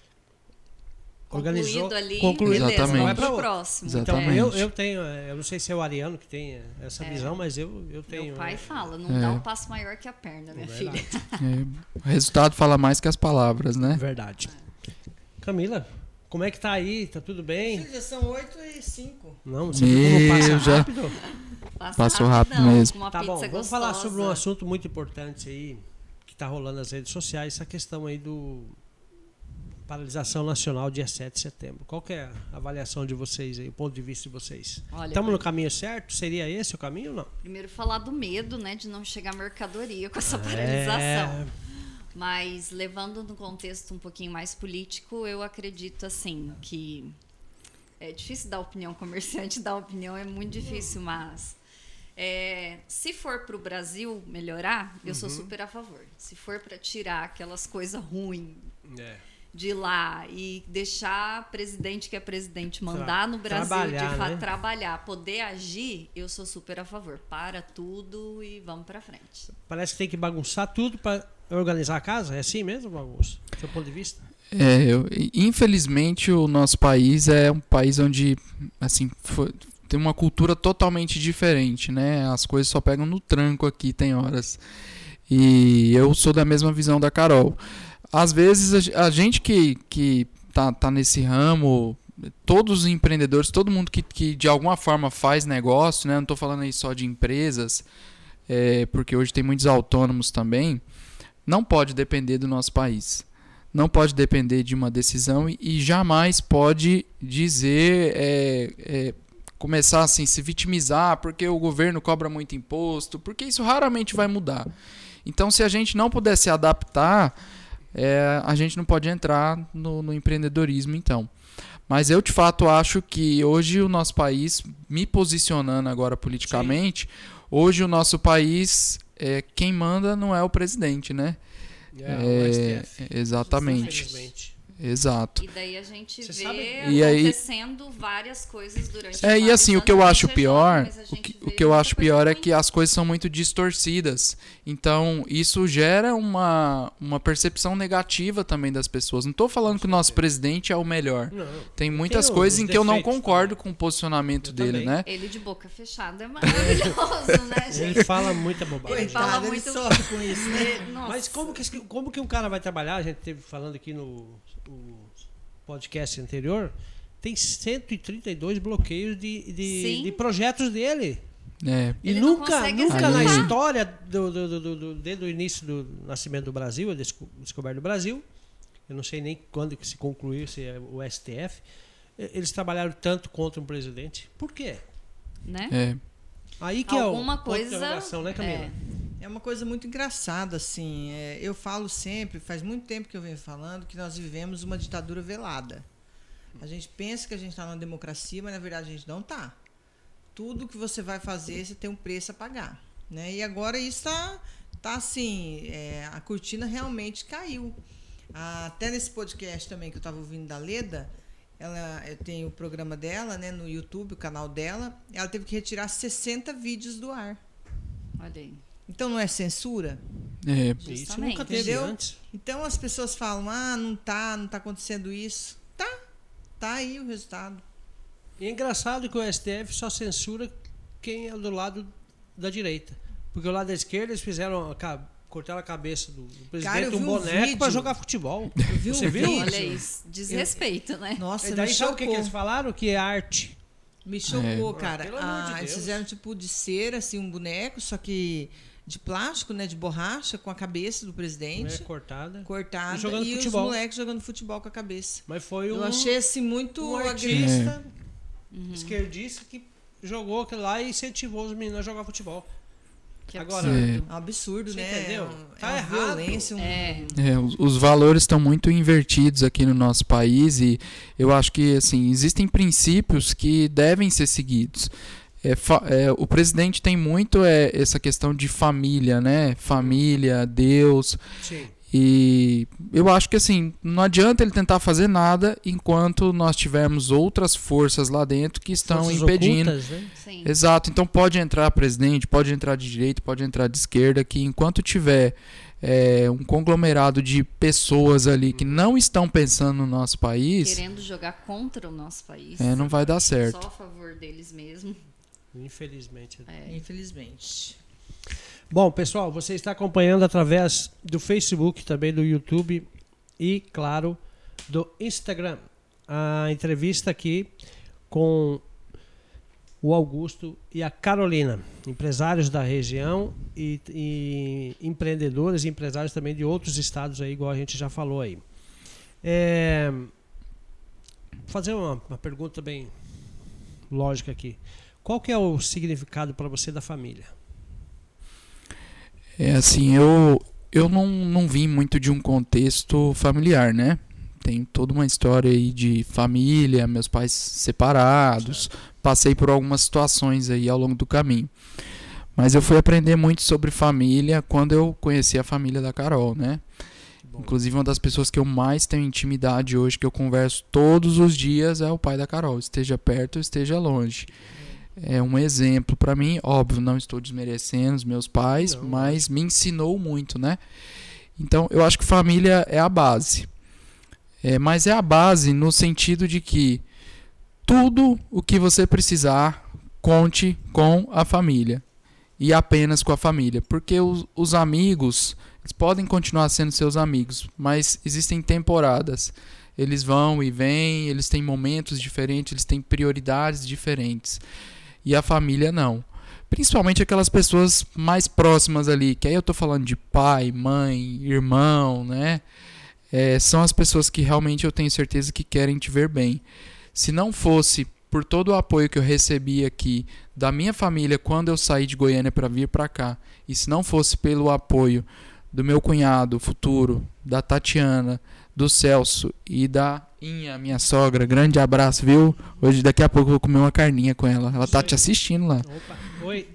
[SPEAKER 1] organizou,
[SPEAKER 3] Concluído ali,
[SPEAKER 2] Concluído.
[SPEAKER 3] beleza,
[SPEAKER 2] Exatamente.
[SPEAKER 3] vamos pro
[SPEAKER 1] Vai pra
[SPEAKER 3] próximo.
[SPEAKER 2] Exatamente.
[SPEAKER 1] Então, eu tenho, eu não sei se é o Ariano que tem essa visão, mas eu tenho.
[SPEAKER 3] Meu pai fala, não dá um passo maior que a perna, minha
[SPEAKER 1] Verdade.
[SPEAKER 3] filha.
[SPEAKER 2] O resultado fala mais que as palavras, né?
[SPEAKER 1] Verdade. Camila, como é que tá aí? Tá tudo bem?
[SPEAKER 4] Já são 8h05.
[SPEAKER 1] Não, você viu como passa
[SPEAKER 2] já-
[SPEAKER 1] rápido?
[SPEAKER 2] Passou rápido
[SPEAKER 3] rapidão,
[SPEAKER 2] mesmo.
[SPEAKER 3] com uma
[SPEAKER 1] Tá bom,
[SPEAKER 3] pizza
[SPEAKER 1] vamos
[SPEAKER 3] gostosa.
[SPEAKER 1] falar sobre um assunto muito importante aí, que tá rolando nas redes sociais, essa questão aí do paralisação nacional dia 7 de setembro. Qual que é a avaliação de vocês aí, o ponto de vista de vocês?
[SPEAKER 3] Olha,
[SPEAKER 1] Estamos no caminho certo? Seria esse o caminho ou não?
[SPEAKER 3] Primeiro falar do medo, né, de não chegar mercadoria com essa paralisação. Mas levando no contexto um pouquinho mais político, eu acredito assim que é difícil dar opinião, comerciante dar opinião é muito difícil, mas se for para o Brasil melhorar, eu sou super a favor. Se for para tirar aquelas coisas ruins de lá e deixar presidente que é presidente mandar no Brasil,
[SPEAKER 1] trabalhar,
[SPEAKER 3] de fato
[SPEAKER 1] né?
[SPEAKER 3] trabalhar, poder agir, eu sou super a favor. Para tudo e vamos para frente.
[SPEAKER 1] Parece que tem que bagunçar tudo para organizar a casa? É assim mesmo, bagunça? Do seu ponto de vista?
[SPEAKER 2] Infelizmente, o nosso país é um país onde, assim, tem uma cultura totalmente diferente, né? As coisas só pegam no tranco aqui, tem horas. E eu sou da mesma visão da Carol. Às vezes, a gente que tá nesse ramo, todos os empreendedores, todo mundo que de alguma forma faz negócio, né? Não estou falando aí só de empresas, porque hoje tem muitos autônomos também, não pode depender do nosso país. Não pode depender de uma decisão e jamais pode dizer, começar assim, se vitimizar porque o governo cobra muito imposto, porque isso raramente vai mudar. Então, se a gente não puder se adaptar, a gente não pode entrar no empreendedorismo, então. Mas eu, de fato, acho que hoje o nosso país, me posicionando agora politicamente, hoje o nosso país, quem manda não é o presidente, né?
[SPEAKER 1] O STF.
[SPEAKER 2] Exatamente.
[SPEAKER 1] Infelizmente.
[SPEAKER 2] Exato.
[SPEAKER 3] E daí a gente
[SPEAKER 1] Você
[SPEAKER 3] vê
[SPEAKER 1] sabe?
[SPEAKER 3] acontecendo várias coisas durante
[SPEAKER 2] E assim, o que eu acho pior, o que eu acho pior é que
[SPEAKER 3] a
[SPEAKER 2] as coisas são muito distorcidas. Então, isso gera uma percepção negativa também das pessoas. Não estou falando que o nosso presidente é o melhor.
[SPEAKER 1] Não.
[SPEAKER 2] Tem muitas
[SPEAKER 1] Tem
[SPEAKER 2] coisas
[SPEAKER 1] os
[SPEAKER 2] em que eu não
[SPEAKER 1] defeitos
[SPEAKER 2] concordo
[SPEAKER 1] também.
[SPEAKER 2] com o posicionamento
[SPEAKER 1] Eu
[SPEAKER 2] dele,
[SPEAKER 1] também.
[SPEAKER 2] né?
[SPEAKER 3] Ele de boca fechada é maravilhoso, né, gente?
[SPEAKER 1] Ele fala muita bobagem.
[SPEAKER 3] Ele fala
[SPEAKER 4] Coitado, ele
[SPEAKER 3] muito-
[SPEAKER 4] sofre com isso, né?
[SPEAKER 3] Nossa.
[SPEAKER 1] Mas como que um cara vai trabalhar? A gente teve falando aqui no podcast anterior, tem 132 bloqueios
[SPEAKER 3] Sim.
[SPEAKER 1] de projetos dele. E
[SPEAKER 3] Ele não
[SPEAKER 1] nunca
[SPEAKER 3] consegue
[SPEAKER 1] na
[SPEAKER 2] executar.
[SPEAKER 1] história desde o início do nascimento do Brasil, a descoberta do Brasil, eu não sei nem quando que se concluiu, se é o STF, eles trabalharam tanto contra um presidente. Por quê?
[SPEAKER 3] Né?
[SPEAKER 1] Aí que
[SPEAKER 3] Alguma
[SPEAKER 1] é o ponto de
[SPEAKER 3] coisa.
[SPEAKER 1] interrogação, né, Camila?
[SPEAKER 4] É uma coisa muito engraçada, assim. Eu falo sempre, faz muito tempo que eu venho falando, que nós vivemos uma ditadura velada. A gente pensa que a gente está numa democracia, mas na verdade a gente não está. Tudo que você vai fazer, você tem um preço a pagar. Né? E agora isso tá assim, a cortina realmente caiu. Até nesse podcast também que eu estava ouvindo da Leda, eu tenho o programa dela, né, no YouTube, o canal dela, ela teve que retirar 60 vídeos do ar.
[SPEAKER 3] Olha aí.
[SPEAKER 4] Então não é censura?
[SPEAKER 1] Isso
[SPEAKER 3] Justamente.
[SPEAKER 1] nunca teve
[SPEAKER 4] Entendeu?
[SPEAKER 1] antes.
[SPEAKER 4] Então as pessoas falam, não tá acontecendo isso. Tá aí o resultado.
[SPEAKER 1] E é engraçado que o STF só censura quem é do lado da direita. Porque o lado da esquerda eles cortaram a cabeça do presidente
[SPEAKER 4] Cara, eu
[SPEAKER 1] de um
[SPEAKER 4] vi um
[SPEAKER 1] boneco
[SPEAKER 4] vídeo.
[SPEAKER 1] para jogar futebol.
[SPEAKER 4] vi um
[SPEAKER 1] Você viu?
[SPEAKER 4] vídeo.
[SPEAKER 3] Olha isso. Desrespeito, né?
[SPEAKER 4] Nossa,
[SPEAKER 1] E daí
[SPEAKER 4] me
[SPEAKER 1] sabe o que
[SPEAKER 4] chocou.
[SPEAKER 1] eles falaram? Que é arte.
[SPEAKER 4] Me chocou, cara.
[SPEAKER 1] Pelo amor de
[SPEAKER 4] Eles
[SPEAKER 1] Deus.
[SPEAKER 4] fizeram tipo de cera, assim, um boneco, só que de plástico, né? De borracha, com a cabeça do
[SPEAKER 1] Né,
[SPEAKER 4] presidente.
[SPEAKER 1] cortada.
[SPEAKER 4] Cortada.
[SPEAKER 1] E jogando
[SPEAKER 4] os
[SPEAKER 1] futebol.
[SPEAKER 4] moleques jogando futebol com a cabeça.
[SPEAKER 1] Mas foi
[SPEAKER 4] Eu achei assim muito
[SPEAKER 1] um
[SPEAKER 4] agressivo.
[SPEAKER 1] artista esquerdista que jogou aquilo lá e incentivou os meninos a jogar futebol.
[SPEAKER 3] Que
[SPEAKER 1] Agora,
[SPEAKER 3] absurdo.
[SPEAKER 4] É um absurdo,
[SPEAKER 1] Você
[SPEAKER 4] né?
[SPEAKER 1] entendeu?
[SPEAKER 4] É
[SPEAKER 1] Tá
[SPEAKER 4] uma
[SPEAKER 1] errado.
[SPEAKER 4] violência.
[SPEAKER 2] Os valores estão muito invertidos aqui no nosso país e eu acho que assim, existem princípios que devem ser seguidos. O presidente tem muito essa questão de família, né? Família, Deus.
[SPEAKER 1] sim.
[SPEAKER 2] E eu acho que assim, não adianta ele tentar fazer nada enquanto nós tivermos outras forças lá dentro que estão
[SPEAKER 1] Forças
[SPEAKER 2] impedindo.
[SPEAKER 1] ocultas, né?
[SPEAKER 3] Sim.
[SPEAKER 2] Exato, então pode entrar presidente, pode entrar de direita, pode entrar de esquerda, que enquanto tiver um conglomerado de pessoas ali que não estão pensando no nosso país,
[SPEAKER 3] Querendo jogar contra o nosso país.
[SPEAKER 2] não vai dar certo.
[SPEAKER 3] Só a favor deles mesmo.
[SPEAKER 1] Infelizmente.
[SPEAKER 4] Infelizmente.
[SPEAKER 1] Bom, pessoal, você está acompanhando através do Facebook, também do YouTube e, claro, do Instagram. A entrevista aqui com o Augusto e a Carolina, empresários da região e empreendedores e empresários também de outros estados aí, igual a gente já falou aí. Vou fazer uma pergunta bem lógica aqui. Qual que é o significado para você da família?
[SPEAKER 2] Assim, eu não vim muito de um contexto familiar, né? Tenho toda uma história aí de família, meus pais separados, passei por algumas situações aí ao longo do caminho. Mas eu fui aprender muito sobre família quando eu conheci a família da Carol, né? Inclusive, uma das pessoas que eu mais tenho intimidade hoje, que eu converso todos os dias, é o pai da Carol. Esteja perto ou esteja longe. É um exemplo para mim. Óbvio, não estou desmerecendo os meus pais, mas me ensinou muito, né? Então, eu acho que família é a base. Mas é a base no sentido de que tudo o que você precisar, conte com a família. E apenas com a família. Porque os amigos, eles podem continuar sendo seus amigos, mas existem temporadas. Eles vão e vêm, eles têm momentos diferentes, eles têm prioridades diferentes. E a família não. Principalmente aquelas pessoas mais próximas ali, que aí eu tô falando de pai, mãe, irmão, né? São as pessoas que realmente eu tenho certeza que querem te ver bem. Se não fosse por todo o apoio que eu recebi aqui da minha família quando eu saí de Goiânia para vir para cá, e se não fosse pelo apoio do meu cunhado futuro, da Tatiana, do Celso e da Inha, minha sogra, grande abraço, viu? Hoje, daqui a pouco eu vou comer uma carninha com ela. Ela tá te assistindo lá.
[SPEAKER 1] Opa, oi.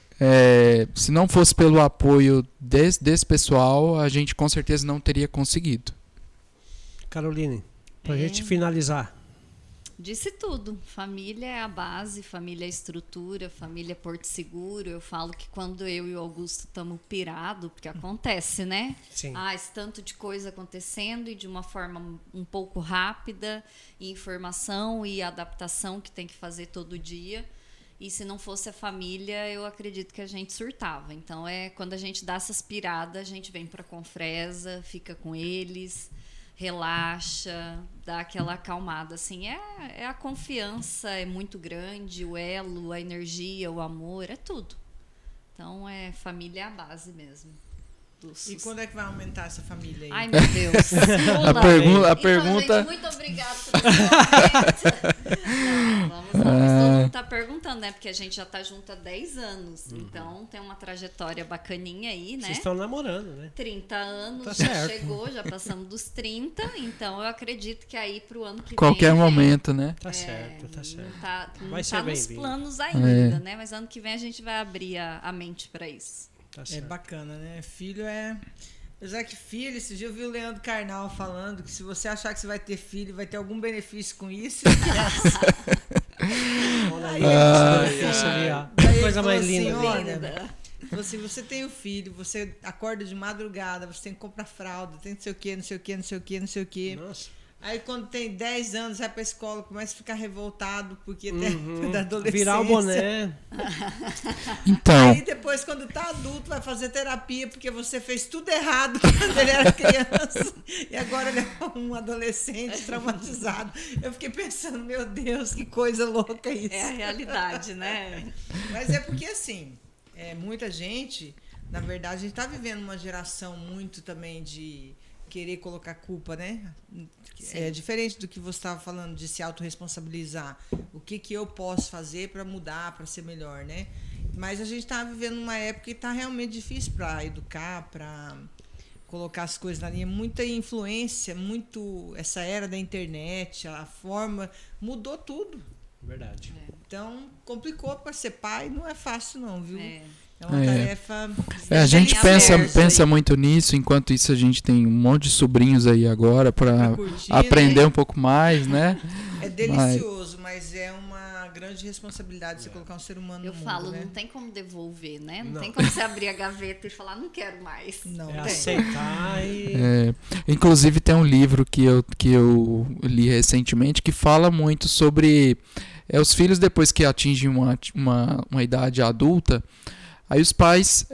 [SPEAKER 2] Se não fosse pelo apoio desse pessoal, a gente com certeza não teria conseguido.
[SPEAKER 1] Caroline, pra gente finalizar.
[SPEAKER 3] Disse tudo. Família é a base, família é a estrutura, família é porto seguro. Eu falo que quando eu e o Augusto estamos pirados, porque acontece, né?
[SPEAKER 1] Sim.
[SPEAKER 3] Esse tanto de coisa acontecendo e de uma forma um pouco rápida, e informação e adaptação que tem que fazer todo dia. E se não fosse a família, eu acredito que a gente surtava. Então, quando a gente dá essas piradas, a gente vem para a Confresa, fica com eles, relaxa, dá aquela acalmada, assim, a confiança é muito grande, o elo, a energia, o amor, é tudo. Então, família é a base mesmo.
[SPEAKER 4] E quando é que vai aumentar essa família aí?
[SPEAKER 3] Ai, meu Deus.
[SPEAKER 2] A pergunta...
[SPEAKER 3] Gente, muito obrigada por esse momento. Vamos lá. Mas todo mundo tá perguntando, né? Porque a gente já tá junto há 10 anos. Então, tem uma trajetória bacaninha aí, né?
[SPEAKER 1] Vocês estão namorando, né?
[SPEAKER 3] 30 anos,
[SPEAKER 1] Tá
[SPEAKER 3] já
[SPEAKER 1] certo.
[SPEAKER 3] chegou, já passamos dos 30. Então, eu acredito que aí pro ano que
[SPEAKER 2] Qualquer
[SPEAKER 3] vem...
[SPEAKER 2] momento, né?
[SPEAKER 1] Tá certo, tá certo.
[SPEAKER 3] Não
[SPEAKER 1] Vai ser
[SPEAKER 3] tá nos
[SPEAKER 1] bem-vindo.
[SPEAKER 3] planos ainda, né? Mas ano que vem a gente vai abrir a mente para isso.
[SPEAKER 1] Tá
[SPEAKER 4] É
[SPEAKER 1] certo.
[SPEAKER 4] bacana, né? Filho Apesar que filho, esse dia eu vi o Leandro Carnal falando que se você achar que você vai ter filho, vai ter algum benefício com isso.
[SPEAKER 1] Olha
[SPEAKER 4] Aí
[SPEAKER 1] aí,
[SPEAKER 4] ele
[SPEAKER 1] isso ali, ó.
[SPEAKER 4] Daí ele
[SPEAKER 1] Coisa
[SPEAKER 4] falou
[SPEAKER 1] mais
[SPEAKER 4] assim,
[SPEAKER 1] linda.
[SPEAKER 4] olha, falou assim, você tem o filho, você acorda de madrugada, você tem que comprar fralda, tem não sei o que, não sei o que, não sei o que, não sei o que.
[SPEAKER 1] Nossa.
[SPEAKER 4] Aí quando tem 10 anos, vai pra escola, começa a ficar revoltado, porque tem da adolescência.
[SPEAKER 1] Virar o boné.
[SPEAKER 2] Então,
[SPEAKER 4] Aí depois, quando tá adulto, vai fazer terapia, porque você fez tudo errado quando ele era criança. E agora ele é um adolescente traumatizado. Eu fiquei pensando, meu Deus, que coisa louca isso.
[SPEAKER 3] É a realidade, né?
[SPEAKER 4] Mas é porque, assim, muita gente, na verdade, a gente tá vivendo uma geração muito também de querer colocar culpa, né?
[SPEAKER 3] Sim.
[SPEAKER 4] É diferente do que você estava falando de se autorresponsabilizar. O que eu posso fazer para mudar, para ser melhor, né? Mas a gente está vivendo uma época que está realmente difícil para educar, para colocar as coisas na linha. Muita influência, essa era da internet, a forma mudou tudo.
[SPEAKER 1] Verdade.
[SPEAKER 4] Então complicou para ser pai, não é fácil não, viu?
[SPEAKER 3] É.
[SPEAKER 4] É uma tarefa.
[SPEAKER 2] a gente
[SPEAKER 3] bem aberto
[SPEAKER 2] pensa
[SPEAKER 3] aí.
[SPEAKER 2] muito nisso, enquanto isso a gente tem um monte de sobrinhos aí agora
[SPEAKER 4] Pra
[SPEAKER 2] para
[SPEAKER 4] curtir,
[SPEAKER 2] aprender
[SPEAKER 4] né?
[SPEAKER 2] um pouco mais, né?
[SPEAKER 4] É delicioso, mas é uma grande responsabilidade você colocar um ser humano
[SPEAKER 3] Eu
[SPEAKER 4] no mundo,
[SPEAKER 3] falo,
[SPEAKER 4] né?
[SPEAKER 3] não tem como devolver, né? Não
[SPEAKER 1] Não.
[SPEAKER 3] tem como você abrir a gaveta e falar, não quero mais.
[SPEAKER 4] Não
[SPEAKER 1] É
[SPEAKER 4] tem.
[SPEAKER 1] aceitar e...
[SPEAKER 2] Inclusive tem um livro que eu li recentemente que fala muito sobre os filhos depois que atingem uma idade adulta, aí os pais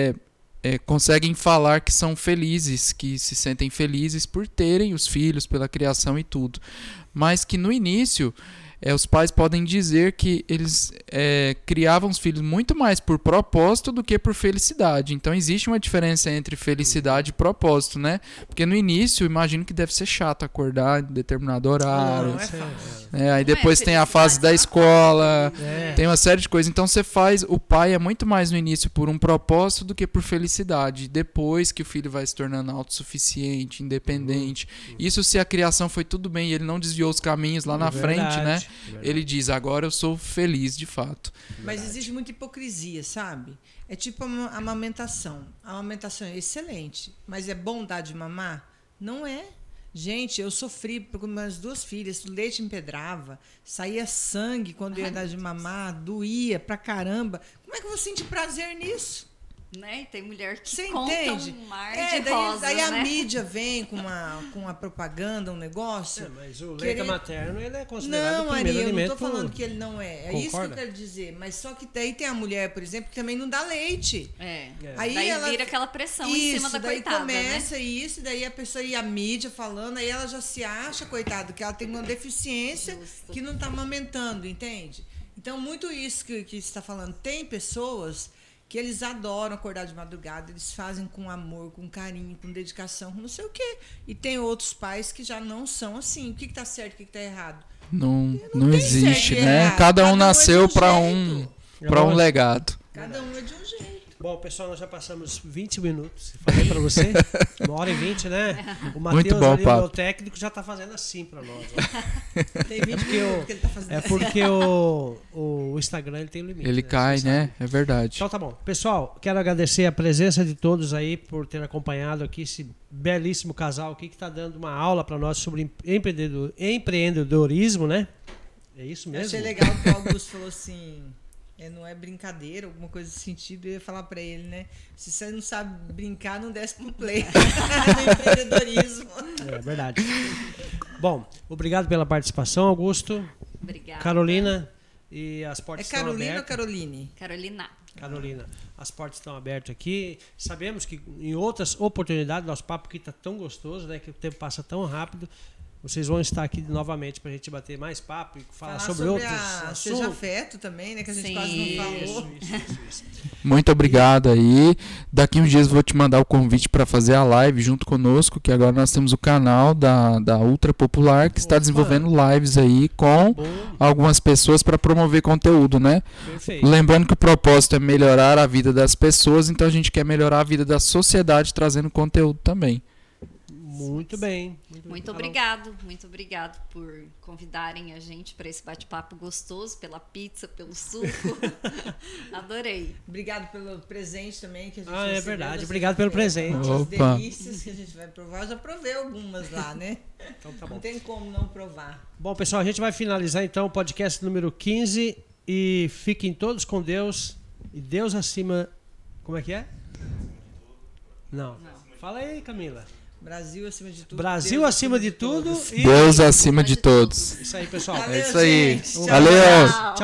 [SPEAKER 2] conseguem falar que são felizes, que se sentem felizes por terem os filhos, pela criação e tudo, mas que no início os pais podem dizer que eles criavam os filhos muito mais por propósito do que por felicidade. Então existe uma diferença entre felicidade e propósito, né? Porque no início, imagino que deve ser chato acordar em determinado horário.
[SPEAKER 4] Não é fácil.
[SPEAKER 2] Aí
[SPEAKER 3] Não
[SPEAKER 2] depois
[SPEAKER 3] é
[SPEAKER 2] tem a fase da
[SPEAKER 3] felicidade,
[SPEAKER 2] escola,
[SPEAKER 1] É.
[SPEAKER 2] tem uma série de coisas. Então o pai é muito mais no início por um propósito do que por felicidade. Depois que o filho vai se tornando autossuficiente, independente. Isso se a criação foi tudo bem e ele não desviou os caminhos lá na frente, né? Ele diz, agora eu sou feliz de fato.
[SPEAKER 4] Mas existe muita hipocrisia, sabe? É tipo a amamentação. A amamentação é excelente, mas é bom dar de mamar? Não é. Gente, eu sofri com minhas duas filhas, o leite empedrava, saía sangue quando eu ia dar de mamar, doía pra caramba. Como é que eu vou sentir prazer nisso?
[SPEAKER 3] Né? E tem mulher que
[SPEAKER 4] Você
[SPEAKER 3] conta
[SPEAKER 4] entende?
[SPEAKER 3] um mar de
[SPEAKER 4] daí,
[SPEAKER 3] rosas,
[SPEAKER 4] daí a
[SPEAKER 3] né?
[SPEAKER 4] mídia vem com uma propaganda, um negócio.
[SPEAKER 1] Mas o leite
[SPEAKER 4] Querer-
[SPEAKER 1] materno ele é considerado
[SPEAKER 4] Não,
[SPEAKER 1] o primeiro
[SPEAKER 4] Maria, eu não
[SPEAKER 1] alimento.
[SPEAKER 4] tô falando que ele não é. É isso que eu
[SPEAKER 1] Concorda?
[SPEAKER 4] quero dizer. Mas só que daí tem a mulher, por exemplo, que também não dá leite.
[SPEAKER 3] É.
[SPEAKER 4] Aí
[SPEAKER 3] Daí
[SPEAKER 4] ela-
[SPEAKER 3] vira aquela pressão em
[SPEAKER 4] Isso,
[SPEAKER 3] cima da
[SPEAKER 4] daí
[SPEAKER 3] coitada,
[SPEAKER 4] começa
[SPEAKER 3] né?
[SPEAKER 4] isso, daí a pessoa e a mídia falando, aí ela já se acha, coitado, que ela tem uma deficiência
[SPEAKER 3] Justo.
[SPEAKER 4] que não está amamentando, entende? Então, muito isso que você está falando. Tem pessoas que eles adoram acordar de madrugada, eles fazem com amor, com carinho, com dedicação, com não sei o quê. E tem outros pais que já não são assim. O que está certo, o que está errado?
[SPEAKER 2] Não
[SPEAKER 4] tem
[SPEAKER 2] existe,
[SPEAKER 4] certo e
[SPEAKER 2] né?
[SPEAKER 4] errado.
[SPEAKER 2] Cada um
[SPEAKER 4] é de
[SPEAKER 2] nasceu para
[SPEAKER 4] jeito.
[SPEAKER 2] um legado.
[SPEAKER 4] Cada um é de um jeito.
[SPEAKER 1] Bom, pessoal, nós já passamos 20 minutos. Falei pra você, 1h20, né? O
[SPEAKER 2] Muito
[SPEAKER 1] Matheus
[SPEAKER 2] bom,
[SPEAKER 1] ali, o
[SPEAKER 2] papo.
[SPEAKER 1] meu técnico, já tá fazendo assim pra nós. Ó.
[SPEAKER 4] Tem 20 minutos que ele está fazendo
[SPEAKER 1] É porque o Instagram ele tem limite.
[SPEAKER 2] Ele
[SPEAKER 1] né?
[SPEAKER 2] cai,
[SPEAKER 1] Você
[SPEAKER 2] né?
[SPEAKER 1] sabe.
[SPEAKER 2] É verdade.
[SPEAKER 1] Então tá bom. Pessoal, quero agradecer a presença de todos aí por ter acompanhado aqui esse belíssimo casal aqui que está dando uma aula para nós sobre empreendedorismo, né? É isso
[SPEAKER 4] Eu
[SPEAKER 1] mesmo?
[SPEAKER 4] achei legal que o Augusto falou assim, não é brincadeira, alguma coisa desse sentido. Eu ia falar pra ele, né? Se você não sabe brincar, não desce pro play do empreendedorismo.
[SPEAKER 1] É verdade. Bom, obrigado pela participação, Augusto,
[SPEAKER 3] Obrigada.
[SPEAKER 1] Carolina, e as
[SPEAKER 4] É
[SPEAKER 1] portas estão
[SPEAKER 4] Carolina ou
[SPEAKER 1] abertas.
[SPEAKER 4] Caroline?
[SPEAKER 3] Carolina.
[SPEAKER 1] Carolina, as portas estão abertas aqui. Sabemos que em outras oportunidades, nosso papo aqui está tão gostoso, né? Que o tempo passa tão rápido. Vocês vão estar aqui novamente para a gente bater mais papo e falar sobre outros
[SPEAKER 4] a
[SPEAKER 1] assuntos.
[SPEAKER 4] Seja Afeto também, né? Que a gente
[SPEAKER 3] Sim.
[SPEAKER 4] quase não falou.
[SPEAKER 1] Isso.
[SPEAKER 2] Muito obrigado aí. Daqui uns dias eu vou te mandar o convite para fazer a live junto conosco, que agora nós temos o canal da Ultra Popular, que está
[SPEAKER 1] Opa.
[SPEAKER 2] desenvolvendo lives aí com
[SPEAKER 1] Bom,
[SPEAKER 2] algumas pessoas para promover conteúdo, né?
[SPEAKER 1] perfeito.
[SPEAKER 2] Lembrando que o propósito é melhorar a vida das pessoas, então a gente quer melhorar a vida da sociedade trazendo conteúdo também.
[SPEAKER 1] Muito bem.
[SPEAKER 3] Muito
[SPEAKER 1] Carol.
[SPEAKER 3] muito obrigado por convidarem a gente para esse bate-papo gostoso, pela pizza, pelo suco. Adorei.
[SPEAKER 4] Obrigado pelo presente também que a gente
[SPEAKER 1] Ah, é
[SPEAKER 4] recebeu
[SPEAKER 1] verdade.
[SPEAKER 4] da
[SPEAKER 1] Obrigado pelo presente.
[SPEAKER 4] As
[SPEAKER 2] Opa.
[SPEAKER 4] delícias que a gente vai provar. Eu já provei algumas lá, né?
[SPEAKER 1] Então tá
[SPEAKER 4] Não
[SPEAKER 1] bom.
[SPEAKER 4] tem como não provar.
[SPEAKER 1] Bom, pessoal, a gente vai finalizar então o podcast número 15 e fiquem todos com Deus e Deus acima. Como é que é? Não. Fala aí, Camila.
[SPEAKER 4] Brasil acima de tudo.
[SPEAKER 1] Brasil
[SPEAKER 4] Deus
[SPEAKER 1] acima de tudo
[SPEAKER 4] todos.
[SPEAKER 1] e
[SPEAKER 2] Deus acima de todos.
[SPEAKER 1] isso aí, pessoal.
[SPEAKER 4] Valeu,
[SPEAKER 2] É isso aí.
[SPEAKER 4] gente. Tchau.
[SPEAKER 2] Valeu.
[SPEAKER 3] Tchau.